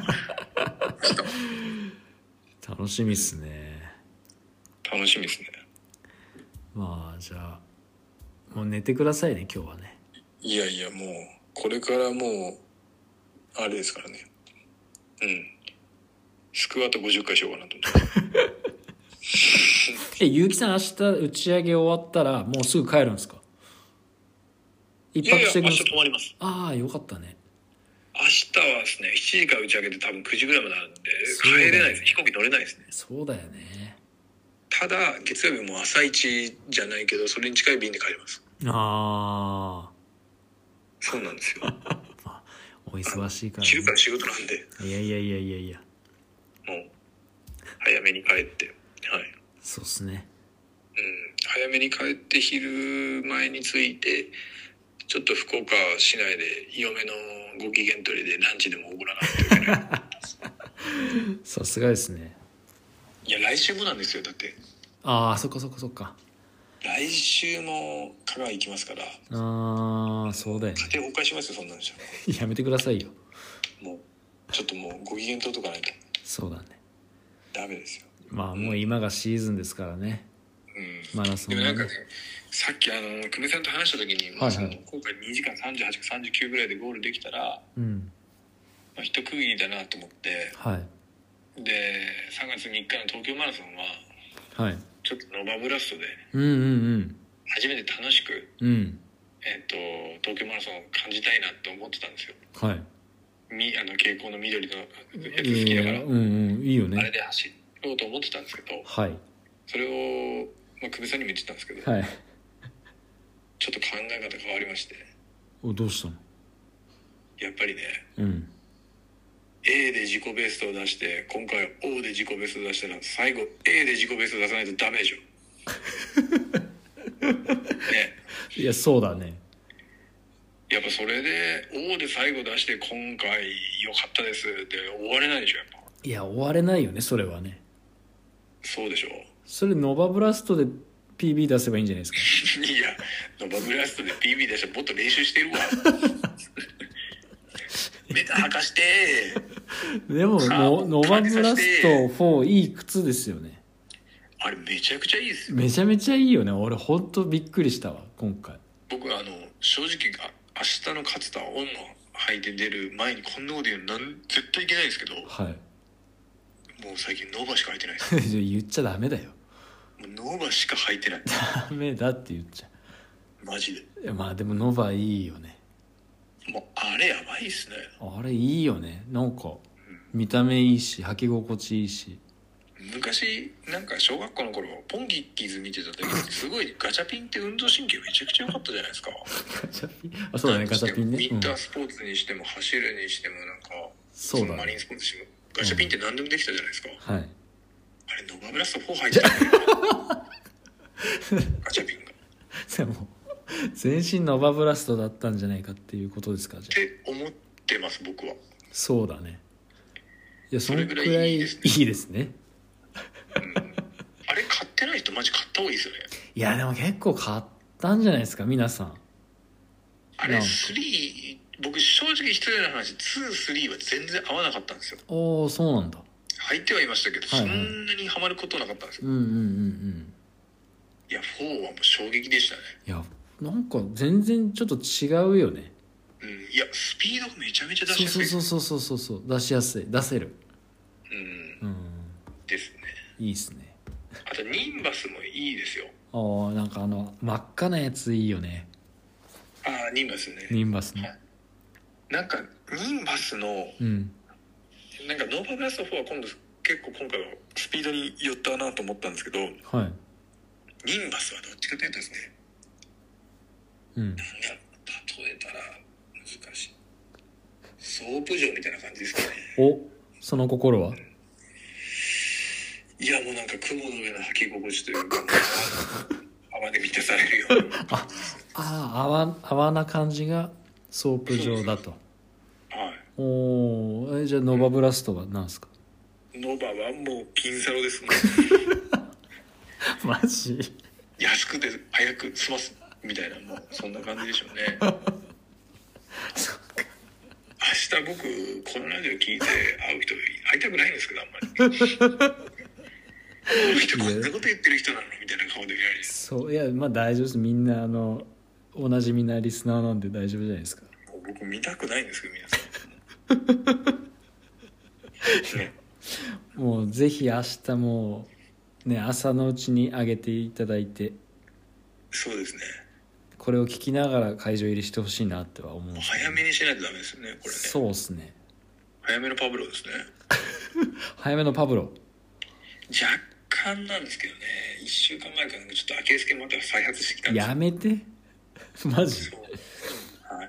楽しみっすね。 楽しみですね。 まあじゃあもう寝てくださいね、今日はね。 いやいや、もうこれからもうあれですからね。うん。スクワット50回しようかなと思って。 結城さん明日打ち上げ終わったらもうすぐ帰るんですか？一泊してく明日んですか？ 泊まります。 ああ、よかったね。 明日はですね、7時から打ち上げて多分9時ぐらいまであるんで、 そうだね帰れないです。飛行機乗れないですね。 そうだよね。 ただ、月曜日も朝一じゃないけど、それに近い便で帰ります。 あそうなんですよ。 あ、お忙しいから、ね、 昼から仕事なんで、 いやいやいやいやいや、 もう、早めに帰って、はい。 そうっすね。 うん、早めに帰って昼前に着いて、ちょっと福岡市内で嫁のご機嫌取りでランチでもおごらないといけない。 さすがですね。 いや、来週もなんですよ。だってああ、そっかそっかそっか。 来週も香川行きますから。 ああ、そうだよね。 家庭崩壊しますよ、そんなんでしょ。 やめてくださいよ。 もうちょっともうご機嫌取っとかないとそうだね。 ダメですよ。 まあもう今がシーズンですからね。 うん。 マラソンはね。 でもなんかね、さっき久米さんと話した時に、まあ、 はいはい、 今回2時間38か39ぐらいでゴールできたら、 うん、 まあ、一区切りだなと思って、 はい、 で3月3日の東京マラソンは、 はい、 ちょっとノバブラストでうんうんうん初めて楽しく、 うん、 東京マラソンを感じたいなって思ってたんですよ。 はい。 蛍光の緑のやつ好きだから、 うんうん、いいよね。 あれで走ろうと思ってたんですけど、 はい。 それを、まあ、久米さんにも言ってたんですけど、 はい。 ちょっと考え方変わりまして。 どうしたの？ やっぱりね、 うん。 A で自己ベストを出して今回 O で自己ベストを出したら最後 A で自己ベストを出さないとダメでしょ。ね。 いや、そうだね。 やっぱそれで O で最後出して今回良かったですって終われないでしょ、やっぱ。 いや、終われないよね、それはね。 そうでしょ。 それノバブラストで PB 出せばいいんじゃないですか。 いや、ノバブラストで PB 出したらもっと練習してるわ。メタ履かしてでもノバブラスト4いい靴ですよね。 あれめちゃくちゃいいですよ。 めちゃめちゃいいよね。俺ほんとびっくりしたわ今回。 僕正直明日の勝田オンの履いて出る前にこんなこと言うの絶対いけないですけど、 はい。 もう最近ノバしか履いてないです。 言っちゃダメだよ。 もうノバしか履いてない。 ダメだって言っちゃマジで。 いや、まあでもノバいいよね。 もうあれやばいっすね。 あれいいよね。なんか見た目いいし履き心地いいし。 昔なんか小学校の頃ポンキッキーズ見てた時にすごいガチャピンって運動神経めちゃくちゃ良かったじゃないですか。 ガチャピン、あ、そうだね、ガチャピンね。 ウィンタースポーツにしても走るにしてもなんかそうだね、 マリンスポーツにしてもガチャピンって何でもできたじゃないですか。 はい。 あれノバブラスト4入ってたね。ガチャピンが。 でも全身ノバブラストだったんじゃないかっていうことですか？じゃあって思ってます僕は。 そうだね。いや、そのくらいいいですね。 うん、あれ買ってない人マジ買った方がいいですよね。 いやでも結構買ったんじゃないですか皆さん。 あれ3、僕正直失礼な話、2、3は全然合わなかったんですよ。 おー、そうなんだ。 入ってはいましたけど、 はいはい、 そんなにハマることなかったんですよ。 うんうんうんうん。 いや4はもう衝撃でしたね。 いやなんか全然ちょっと違うよね。 うん、いやスピードがめちゃめちゃ出しやすい。 そう出しやすい、出せる。 うん、ですね。 いいっすね。 あとニンバスもいいですよ。 ああ、なんか真っ赤なやついいよね。 ああ、ニンバスね。 ニンバスね、 はい、なんかニンバスの、 うん、 なんかノーバーブラスト4は結構今回はスピードに寄ったなと思ったんですけど、 はい、 ニンバスはどっちかというとですね、なんだろう、例えたら難しい、ソープ場みたいな感じですかね。 お、その心は？ いやもうなんか雲の上の履き心地というか泡で満たされるような泡な感じがソープ状だと。 はい。 お、じゃあノバブラストは何ですか？ ノバはもうピンサロですね。 マジ？ 安くて早く済ますみたいな、もうそんな感じでしょうね。 そっか。 明日僕このラジオ聞いて会う人会いたくないんですけど、あんまりこの人こんなこと言ってる人なのみたいな顔で見られる。 そう、いやまあ大丈夫です。みんなおなじみなリスナーなんで大丈夫じゃないですか。 僕見たくないんですけど、皆さんね、 もうぜひ明日もね朝のうちに上げていただいて、 そうですね、 これを聞きながら会場入りしてほしいなっては思うんですけど、 早めにしないとダメですよね、これね。 そうですね。 早めのパブロですね。 早めのパブロ。 若干なんですけどね、1週間前からちょっとアキレス腱また再発してきたんですよ。 やめてマジ？ そう、はい、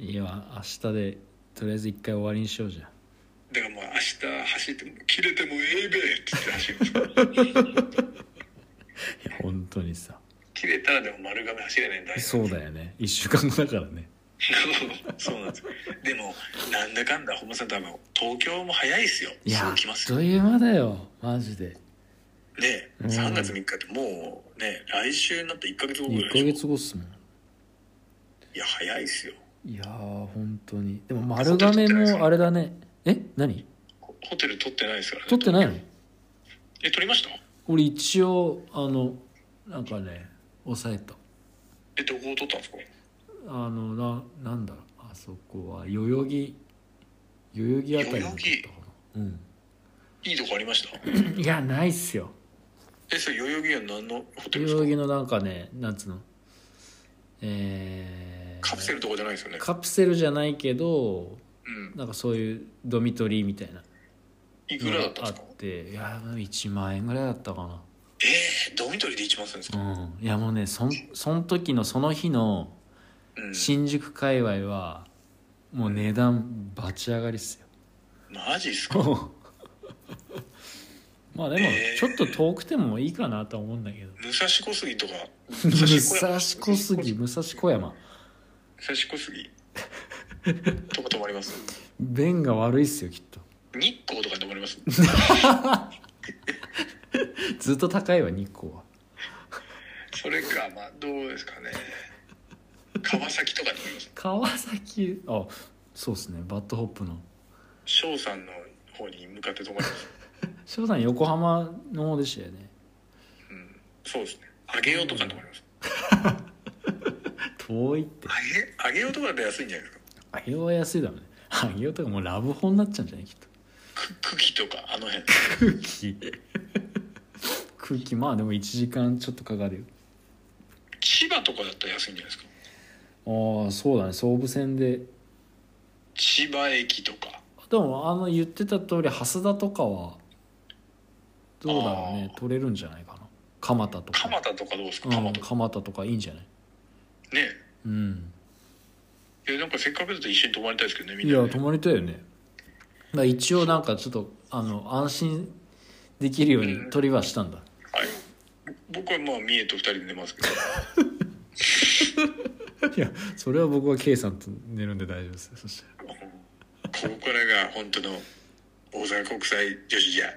いや明日でとりあえず一回終わりにしようじゃん。 だからもう明日走っても切れてもええべって言って走るんですよ。 いや本当にさ、 切れたらでも丸亀走れないんだ。 そうだよね、1週間後だからね。 そうなんですよ。でもなんだかんだ本間さん多分東京も早いですよ。 いやすぐ来ますよあっという間だよマジで。 ね。3月3日ってもうね、来週になって1ヶ月後ぐらい 1 でしょ。 ヶ月後っすもん。 いや早いっすよ。 いやー本当に。でも丸亀もあれだね。何？ ホテル取ってないですからね。 取ってないの？ 取りました？ 俺一応なんかね抑えた。 どこを取ったんですか？ なんだろう、あそこは代々木あたりに取ったかな。 いいとこありました？ いやないっすよ。 それ代々木は何のホテ代ルですか？ 々木のなんかね、なんつうの、 カプセルとかじゃないですよね。 カプセルじゃないけど、 うん。 なんかそういうドミトリーみたいないくらだったんあっですか？ て、いや1万円ぐらいだったかな。 ドミトリーで1万するんですか？ いやもうねその時のその日の新宿界隈はもう値段バチ上がりっすよ。 マジっすか？ まあでもちょっと遠くてもいいかなとは思うんだけど。 武蔵小杉とか武蔵小杉、武蔵小山、 武蔵小杉とか泊まります？ 便が悪いっすよきっと。 日光とか泊まります？ ずっと高いわ日光は。 それか、まあどうですかね。川崎とか泊まります？ 川崎、あ、そうですね、バッドホップの翔さんの方に向かって泊まります？ 翔さん横浜の方でしたよね。 そうですね。あげようとか泊まります？ 遠いって。 あげようとかだと安いんじゃないですか？ あげようは安いだろうね。あげようとかもうラブホになっちゃうんじゃないきっと。 茎とかあの辺。 空気まあでも1時間ちょっとかかるよ。 千葉とかだったら安いんじゃないですか？ ああそうだね、総武線で。 千葉駅とか。 でも言ってた通り蓮田とかはどうだろうね、取れるんじゃないかな。蒲田とか。 蒲田とかどうですか？ 蒲田とかいいんじゃない？ ねえ。 なんかせっかくだと一緒に泊まりたいですけどね、みんいな、ね。 や泊まりたいよね。だから一応なんかちょっと安心できるように取りはしたんだ。 はい。僕はまあ三重と2人で寝ますけど。 いやそれは僕は K さんと寝るんで大丈夫ですよ。そしたらここからが本当の大阪国際女子じゃ。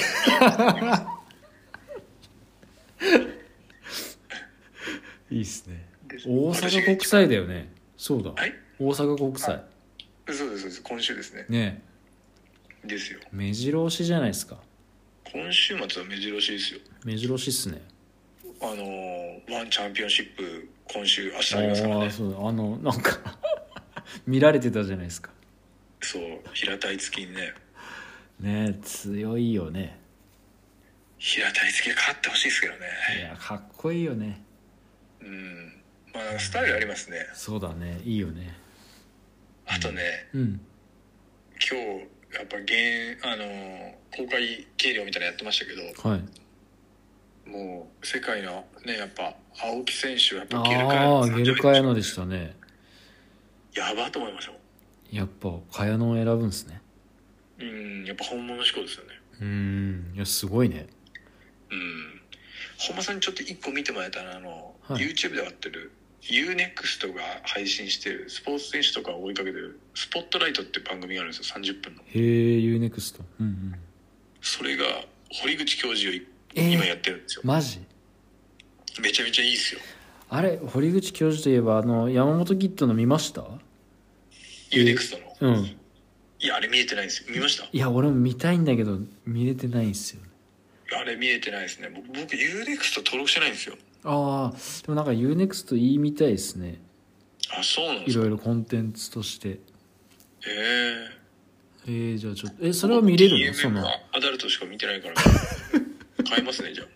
いいっすね。大阪国際だよね。そうだ、 はい、 大阪国際。 そうです今週ですね。 ねえですよ。 目白押しじゃないですか。 今週末は目白押しですよ。 目白押しっすね。 ワンチャンピオンシップ今週明日ありますからね。 そうだ、なんか見られてたじゃないですか。 そう平田樹にね。 ね強いよね。 平田樹が勝ってほしいですけどね。 いやかっこいいよね。 まあスタイルありますね。 そうだね、いいよね。 あとね、 今今日やっぱ公開計量みたいなのやってましたけど、 はい。 もう世界のねやっぱ青木選手はやっぱゲルカヤノでしたね。 やばと思いましたもん。 やっぱカヤノを選ぶんですね。 やっぱ本物志向ですよね。 いやすごいね。 本間さんにちょっと一個見てもらえたらYouTube で上がってる UNEXT が配信してるスポーツ選手とかを追いかけてるスポットライトっていう番組があるんですよ、30分の。 へえ、UNEXT。 それが堀口教授を今やってるんですよ。 マジ？ めちゃめちゃいいですよ。 あれ、堀口教授といえば山本キッドの見ました？ UNEXT の。 うん。 いやあれ見えてないんですよ。見ました？ いや俺も見たいんだけど見れてないんですよ。 あれ見えてないですね。僕 UNEXT 登録してないんですよ。 ああ、でもなんか UNEXT いいみたいですね。 あ、そうなんですか。 いろいろコンテンツとして。じゃあちょっとそれは見れるの？そのアダルトしか見てないから買いますね。じゃあ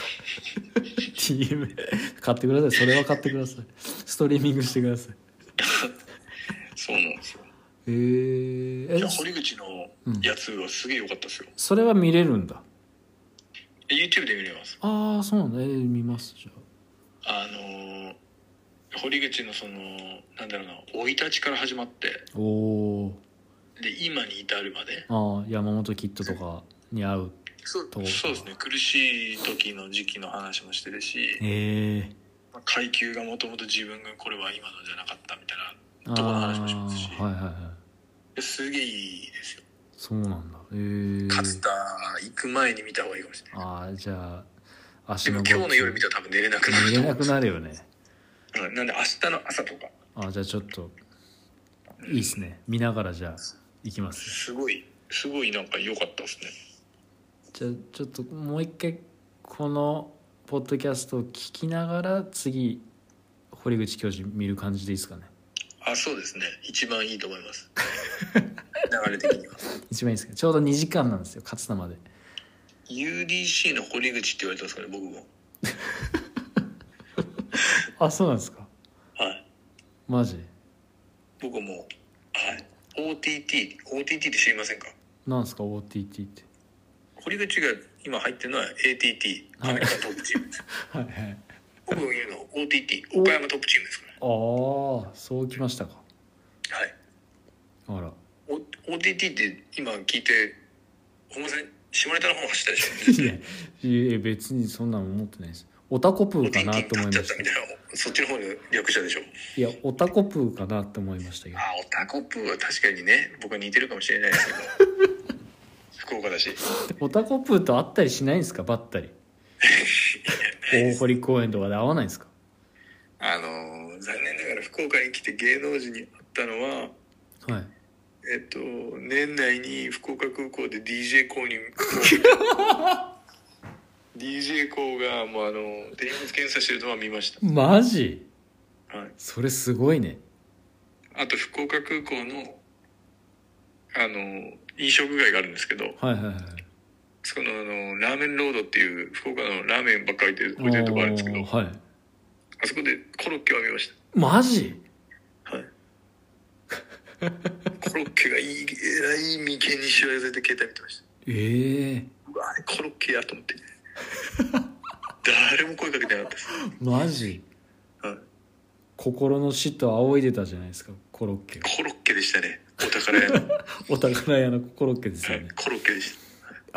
TM 買ってください。それは買ってください。ストリーミングしてください。 そうなんですよ。 じゃあ堀口のやつはすげえ良かったですよ。 それは見れるんだ。 YouTube で見れます。 ああ、そうなんだ。見ますじゃあ。堀口のなんだろうな、生い立ちから始まって、で今に至るまで。 山本キッドとかに会うそうですね。苦しい時の時期の話もしてるし、階級がもともと自分がこれは今のじゃなかったみたいなところの話もしますし、すげえいいですよ。 そうなんだ。 勝田行く前に見た方がいいかもしれない。 じゃあでも今日の夜見たら多分寝れなくなる。 寝れなくなるよね。 なんで明日の朝とか。 じゃあちょっといいっすね。見ながらじゃあ行きます。 すごいなんか良かったですね。 じゃあちょっともう一回このポッドキャストを聞きながら次堀口教授見る感じでいいですかね。 そうですね。一番いいと思います流れ的には一番いいですか。ちょうど2時間なんですよ、勝田まで。 UDC の堀口って言われたんですかね、僕もそうなんですか。 はい、 マジ？ 僕もOTT って知りませんか？ なんですか OTT って。 堀口が今入ってるのは ATT、アメリカトップチームです僕が言うの OTT、 岡山トップチームですから。 そうきましたか。 はい。OTT って今聞いて本間さん下ネタの方走ったでしょいや別にそんなの思ってないです。オタコプーかなと思いました。 そっちの方の略者でしょ。 いやオタコプーかなと思いましたけど。 オタコプーは確かにね、僕は似てるかもしれないですけど福岡だし。 オタコプーと会ったりしないんですか、ばったり大堀公園とかで会わないんですか？ 残念ながら福岡に来て芸能人に会ったのは、年内に福岡空港で DJ コーにDJ コーがもう手荷物検査してるのは見ました。 マジ？ はい。 それすごいね。 あと福岡空港の飲食街があるんですけど、そこのラーメンロードっていう福岡のラーメンばっかり置いてるとこあるんですけど、あそこでコロッケを見ました。 マジ？ はい。コロッケがえらい眉間にしわ寄せて携帯見てました。あれコロッケやと思って誰も声かけてなかったです。 マジ？ はい。 心の師と仰いでたじゃないですか、コロッケ。 コロッケでしたね。お宝屋のお宝屋のコロッケですよね。 コロッケでした。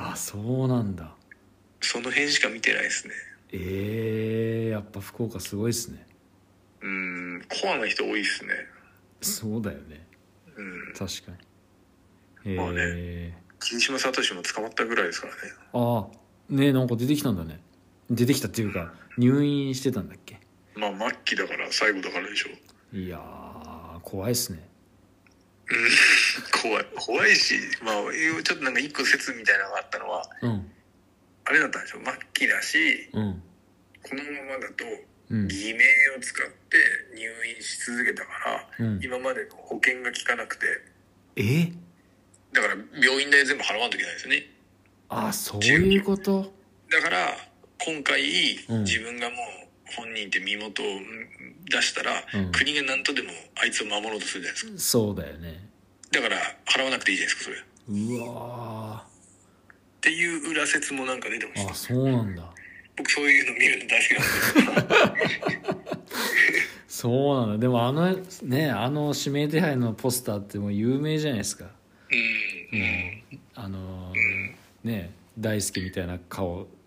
そうなんだ。 その辺しか見てないですね。 やっぱ福岡すごいっすね。 コアな人多いっすね。 そうだよね。確かに。 まあね、桐島聡も捕まったぐらいですからね。なんか出てきたんだね。出てきたっていうか入院してたんだっけ。 末期だから最後だからでしょ。 いやー怖いっすね。 怖いし、ちょっとなんか一個説みたいなのがあったのは、あれだったんでしょ。末期だし、このままだと偽名を使って入院し続けたから、今までの保険が効かなくて、だから病院代全部払わんといけないですよね。 そういうこと。 だから今回自分がもう本人って身元を出したら、国が何とでもあいつを守ろうとするじゃないですか。 そうだよね。 だから払わなくていいじゃないですか、それ。 うわっていう裏説もなんか出てましー、 た。 あ、そうなんだ。 僕そういうの見るの大好きなんで。 そうなんだ。でもね、指名手配のポスターってもう有名じゃないですか。もうね、大好きみたいな顔で。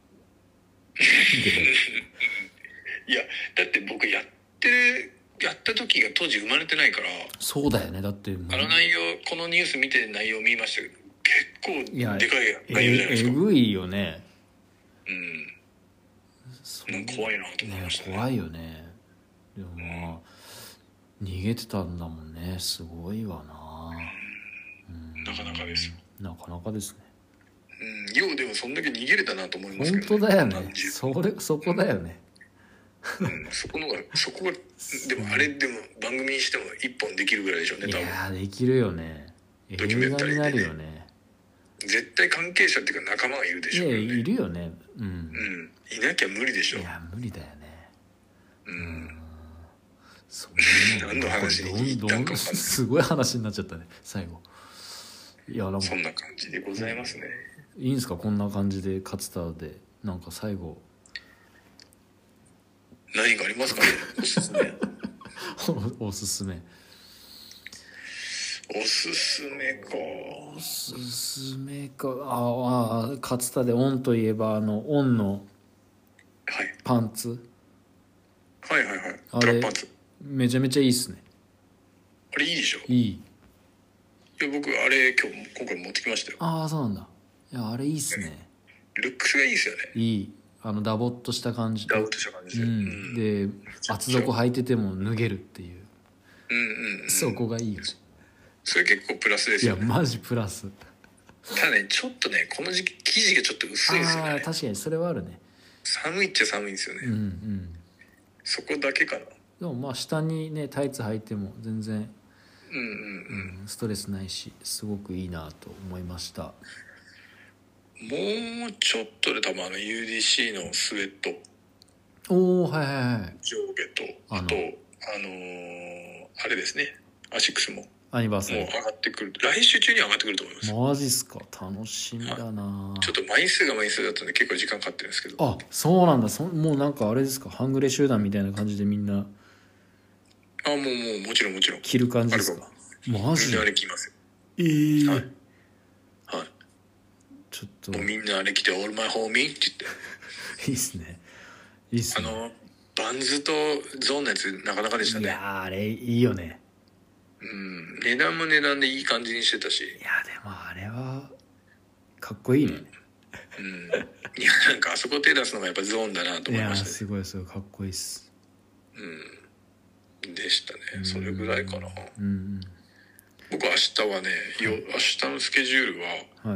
いやだって僕やった時が当時生まれてないから。 そうだよね。だってもう内容、このニュース見て内容見ましたけど、結構でかい内容じゃないですか。 えぐいよね。 怖いなと思いましたね。 怖いよね。でもまあ、逃げてたんだもんね。すごいわな。 なかなかですよ。 なかなかですね。 ようでもそんだけ逃げれたなと思いますけど、 本当だよね。そこだよね。 そこがでもあれでも番組にしても一本できるぐらいでしょうね、多分。 いやできるよね。映画になるよね。 絶対関係者っていうか仲間がいるでしょうね。 いるよね。 いなきゃ無理でしょ。 いや無理だよね。 何の話に行ったんか分かんない。 すごい話になっちゃったね最後。いやそんな感じでございますね。 いいんですか、こんな感じで勝田でなんか最後何がありますかね。おすすめおすすめか勝田でオンといえばオンのパンツ、 はいトラックパンツめちゃめちゃいいっすね。 あれいいでしょ。 いい。 いや僕あれ今回持ってきましたよ。 ああそうなんだ。いやあれいいっすね。 ルックスがいいですよね。 いい。ダボっとした感じで、 で厚底履いてても脱げるっていう、そこがいいよね。 それ結構プラスですよね。 いやマジプラス。 ただねちょっとねこの時期生地がちょっと薄いですよね。 確かにそれはあるね。 寒いっちゃ寒いんですよね。そこだけかな。 でもまあ下にねタイツ履いても全然ストレスないしすごくいいなと思いました。 もうちょっとで多分UDC のスウェット上下とあとあれですねアシックスもアニバーサリーもう上がってくる。来週中に上がってくると思います。 マジっすか。楽しみだな。 ちょっと枚数だったんで結構時間かかってるんですけど。 あそうなんだ。もうなんかあれですか、半グレ集団みたいな感じでみんなもちろん着る感じですか。マジみんなあれ着ますよ。はいちょっともうみんなあれ着て「All my homie」って言っていいっすね。いいっすね。 バンズとゾーンのやつなかなかでしたね。 いやあれいいよね。 値段も値段でいい感じにしてたし。 いやでもあれはかっこいいね。 いやなんかあそこ手出すのがやっぱゾーンだなと思いましたね。 いやすごいかっこいいっす。 でしたね。それぐらいかな。僕明日はね明日のスケジュールは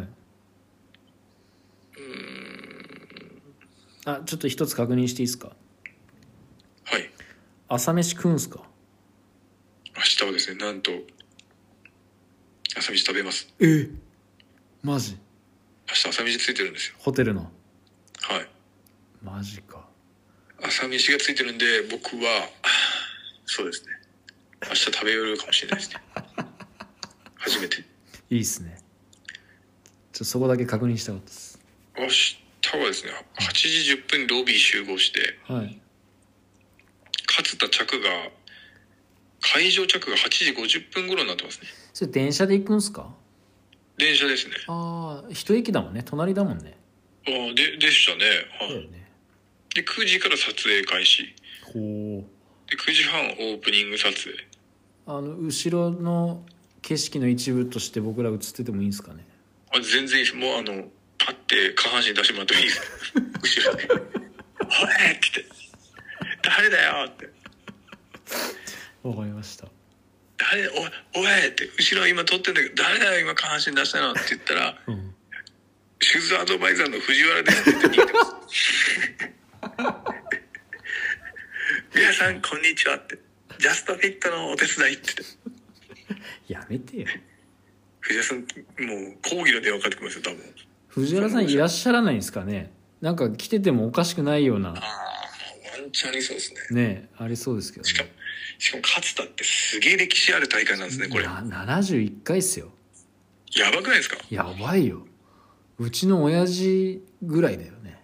ちょっと一つ確認していいですか。 はい。 朝飯食うんすか。 明日はですねなんと朝飯食べます。 マジ。 明日朝飯ついてるんですよ。 ホテルの。 はい。 マジか。 朝飯がついてるんで僕はそうですね明日食べよるかもしれないですね。初めて。 いいっすね。そこだけ確認したかったです。 明日はですね8時10分ロビー集合して、勝田着が会場着が8時50分頃になってますね。 それ電車で行くんすか。 電車ですね。 一駅だもんね。隣だもんね。 でしたね。で9時から撮影開始。で9時半オープニング撮影。 後ろの景色の一部として僕ら映っててもいいんですかね。 全然いいです。もうパッて下半身出してもらってもいいです後ろで「おい!」って言って「誰だよ!」ってわかりました。 誰おいって後ろ今撮ってんだけど誰だよ今下半身出したのって言ったら、シューズアドバイザーの藤原ですって言って逃げてます皆さんこんにちはってジャストフィットのお手伝いって言ってやめてよ。 藤原さんもう抗議の電話かかってきますよ多分。 藤原さんいらっしゃらないんですかね。なんか来ててもおかしくないような。 ワンチャンありそうですね。ありそうですけどね。 しかも勝田ってすげえ歴史ある大会なんですねこれ。 71回っすよ。 やばくないですか？ やばいよ。うちの親父ぐらいだよね。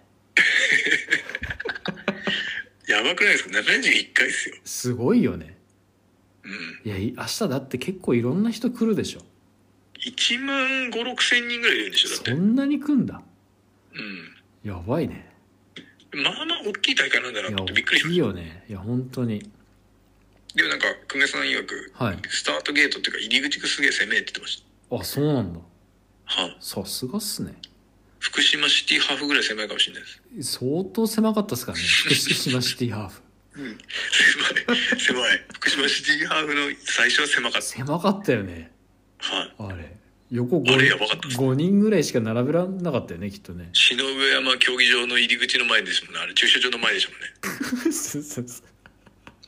やばくないですか？71回ですよ。 すごいよね。 うん。 いや明日だって結構いろんな人来るでしょ。 1万5、6千人ぐらいいるんでしょだって。 そんなに来んだ。 うん。 やばいね。 まあまあ大きい大会なんだないやってびっくりし大きいました。 よね。いや本当に。 でもなんか久米さん曰く、 はい。 スタートゲートっていうか入り口がすげえ攻めえって言ってましあ、そうなんだ。 た。はい。 さすがっすね。 福島シティハーフぐらい狭いかもしれないです。 相当狭かったっすからね。福島シティハーフ。 うん。狭い。福島シティハーフの最初は狭かった。 狭かったよね。 はい。 あれ。横あれやばかったっす。 5人ぐらいしか並べらんなかったよね、きっとね。 篠上山競技場の入り口の前ですもんね。あれ駐車場の前でしたもんね。 そうそうそう。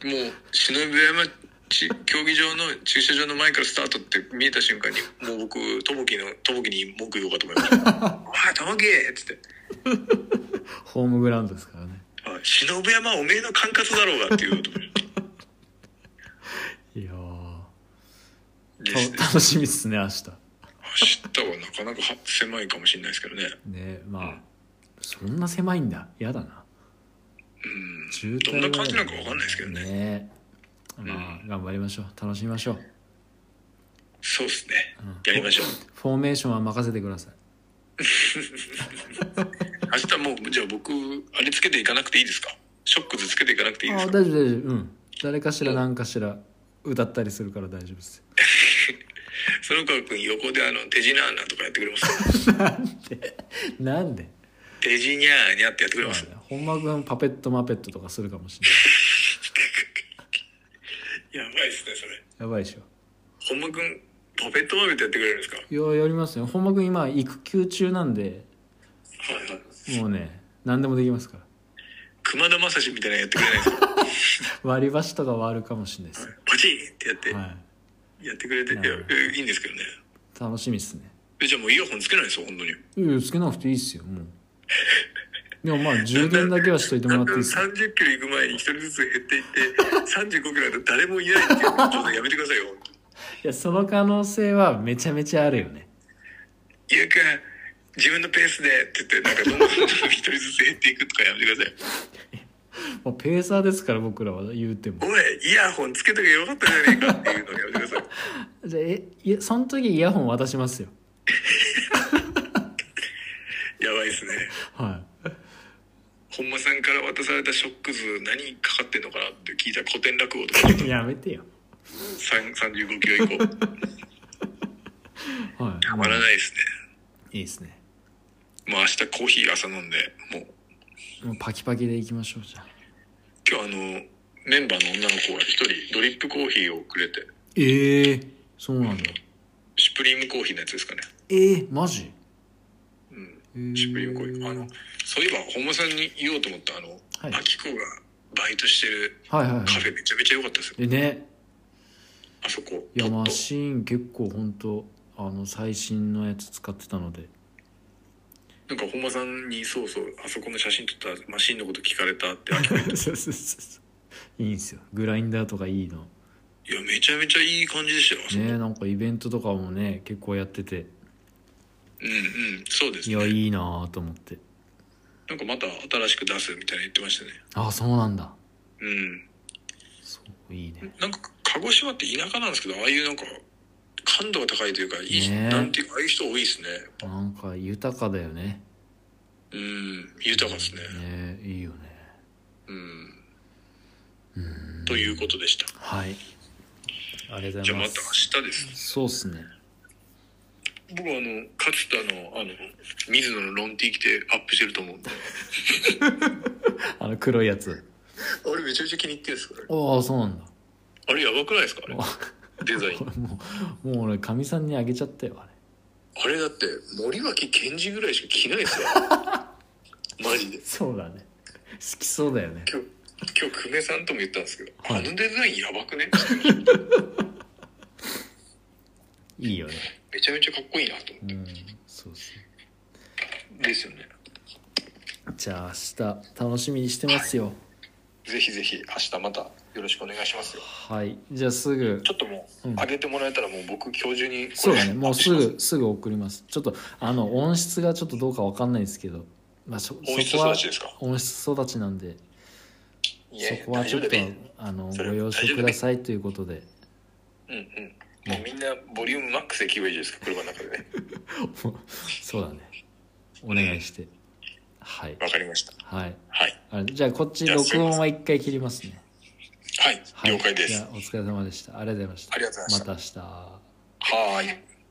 もう篠上山競技場の駐車場の前からスタートって見えた瞬間にもう僕とぼきに文句言おうかと思いました「おいとぼき!」っつってホームグラウンドですからね。 「篠上山おめえの管轄だろうが」って言おうと思いまいやしたですね。 楽しみっすね、明日。 明日はなかなか狭いかもしれないですけどね。 ね、まあ、そんな狭いんだ。やだな。 うん。 渋滞どんな感じなのか分かんないですけどね。 ね。まあ、頑張りましょう。楽しみましょう。 そうですね。 うんやりましょう。 フォーメーションは任せてください。 明日もうじゃあ僕あれつけていかなくていいですか？ショックズつけていかなくていいですか？ 大丈夫大丈夫。うん。誰かしら何かしら歌ったりするから大丈夫ですよ。 その川君横で手品ーなとかやってくれますか？ なんで手品にゃーにゃってやってくれます？ 本間君パペットマペットとかするかもしれない。 やばいですねそれ。 やばいでしょ。 本間君パペットマペットやってくれるんですか？ いや、やりますよ。本間君今育休中なんで、 はいはい。 もうね、何でもできますから。 熊田正史みたいなのやってくれないですか？ 割り箸とか割るかもしれないです。 パチンってやって、 はやってくれて、いやいいんですけどね。 い。楽しみっすね。 じゃあもうイヤホンつけないですよ本当に。 いや、つけなくていいっすよ、もう。でもまあ、充電だけはしといてもらっていいっすよ。 30キロ行く前に一人ずつ減っていって35キロだと誰もいないっていうのちょっとやめてくださいよ。 いや、その可能性はめちゃめちゃあるよね。 ゆうくん自分のペースでって言ってなんかどんどん一人ずつ減っていくとかやめてください。 もうペーサーですから、僕らは言うても。 おいイヤホンつけとけばよかったじゃねえかっていうのをやめてください。 じゃあ、いや、その時イヤホン渡しますよ。 やばいですね。 は本間さんから渡されたショック図何かかってんのかなって聞いた古典落語とかい。やめてよ。 35キロ以降はい。 たまらないですね。 いいですね。 もう明日コーヒー朝飲んでもうパキパキでいきましょう、じゃあ。 今日メンバーの女の子が一人ドリップコーヒーをくれて、 そうなんだ。 シュプリームコーヒーのやつですかね。 マジ？ シュプリームコーヒーそういえば本間さんに言おうと思ったはいアキコがバイトしてるはいはいはい。 カフェめちゃめちゃ良かったですよ。 ね。 あそこいや、マポットシーン結構本当最新のやつ使ってたので。 なんか本間さんにそうあそこの写真撮ったマシンのこと聞かれたってアキコ言ってそうそうそういいんすよ。グラインダーとかいいの。 いやめちゃめちゃいい感じでしたよあそこ。 ね、なんかイベントとかもね結構やってて、 そうですね。 いや、いいなと思って。 なんかまた新しく出すみたいな言ってましたね。 あ、そうなんだ。 うんそういいね。 なんか鹿児島って田舎なんですけど、ああいうなんか感度が高いというか、 ねなんていうかああいう人多いですね。 なんか豊かだよね。 豊かですね。 ね、いいよね。 ということでした。 はい。ありがとうごじゃあまたざいます。 明日です。 そうっすね。 僕はかつて水野のロンティー着てアップしてると思うんで。 黒いやつ。 あれめちゃめちゃ気に入ってるんですか？ ああ、そうなんだ。 あれやばくないですか？あれデザイン。 もう俺かみさんにあげちゃったよ、あれ。 あれだって森脇健児ぐらいしか着ないですよ。マジで。 そうだね。好きそうだよね。 今日久米さんとも言ったんですけど、 はい、 デザインやばくね？ いいよね。 めちゃめちゃかっこいいなと思って。 そうそう。 ですよね。 じゃあ明日楽しみにしてますよ。 ぜひぜひ明日またよろしくお願いしますよ。 はい、じゃあすぐちょっともう、 うん上げてもらえたらもう僕今日中にこれそうだね、もうアップしますすぐ送ります。ちょっと音質がちょっとどうかわかんないですけど、まあ、そ音質こは育ちですか？ 音質育ちなんで、 いやそこはちょっと大丈夫だそれご了承くださいということで。 うんうん。もうみんなボリュームマックスで聞けばいいですか、車の中でね。 そうだね、お願いして、はいわかりました。 はいはいじゃあこっちじゃあ録音は一回切りますね。 はい、 はい、 了解です。 じゃあお疲れ様でした。ありがとうございました。 ありがとうございましたまた明日。 はーい。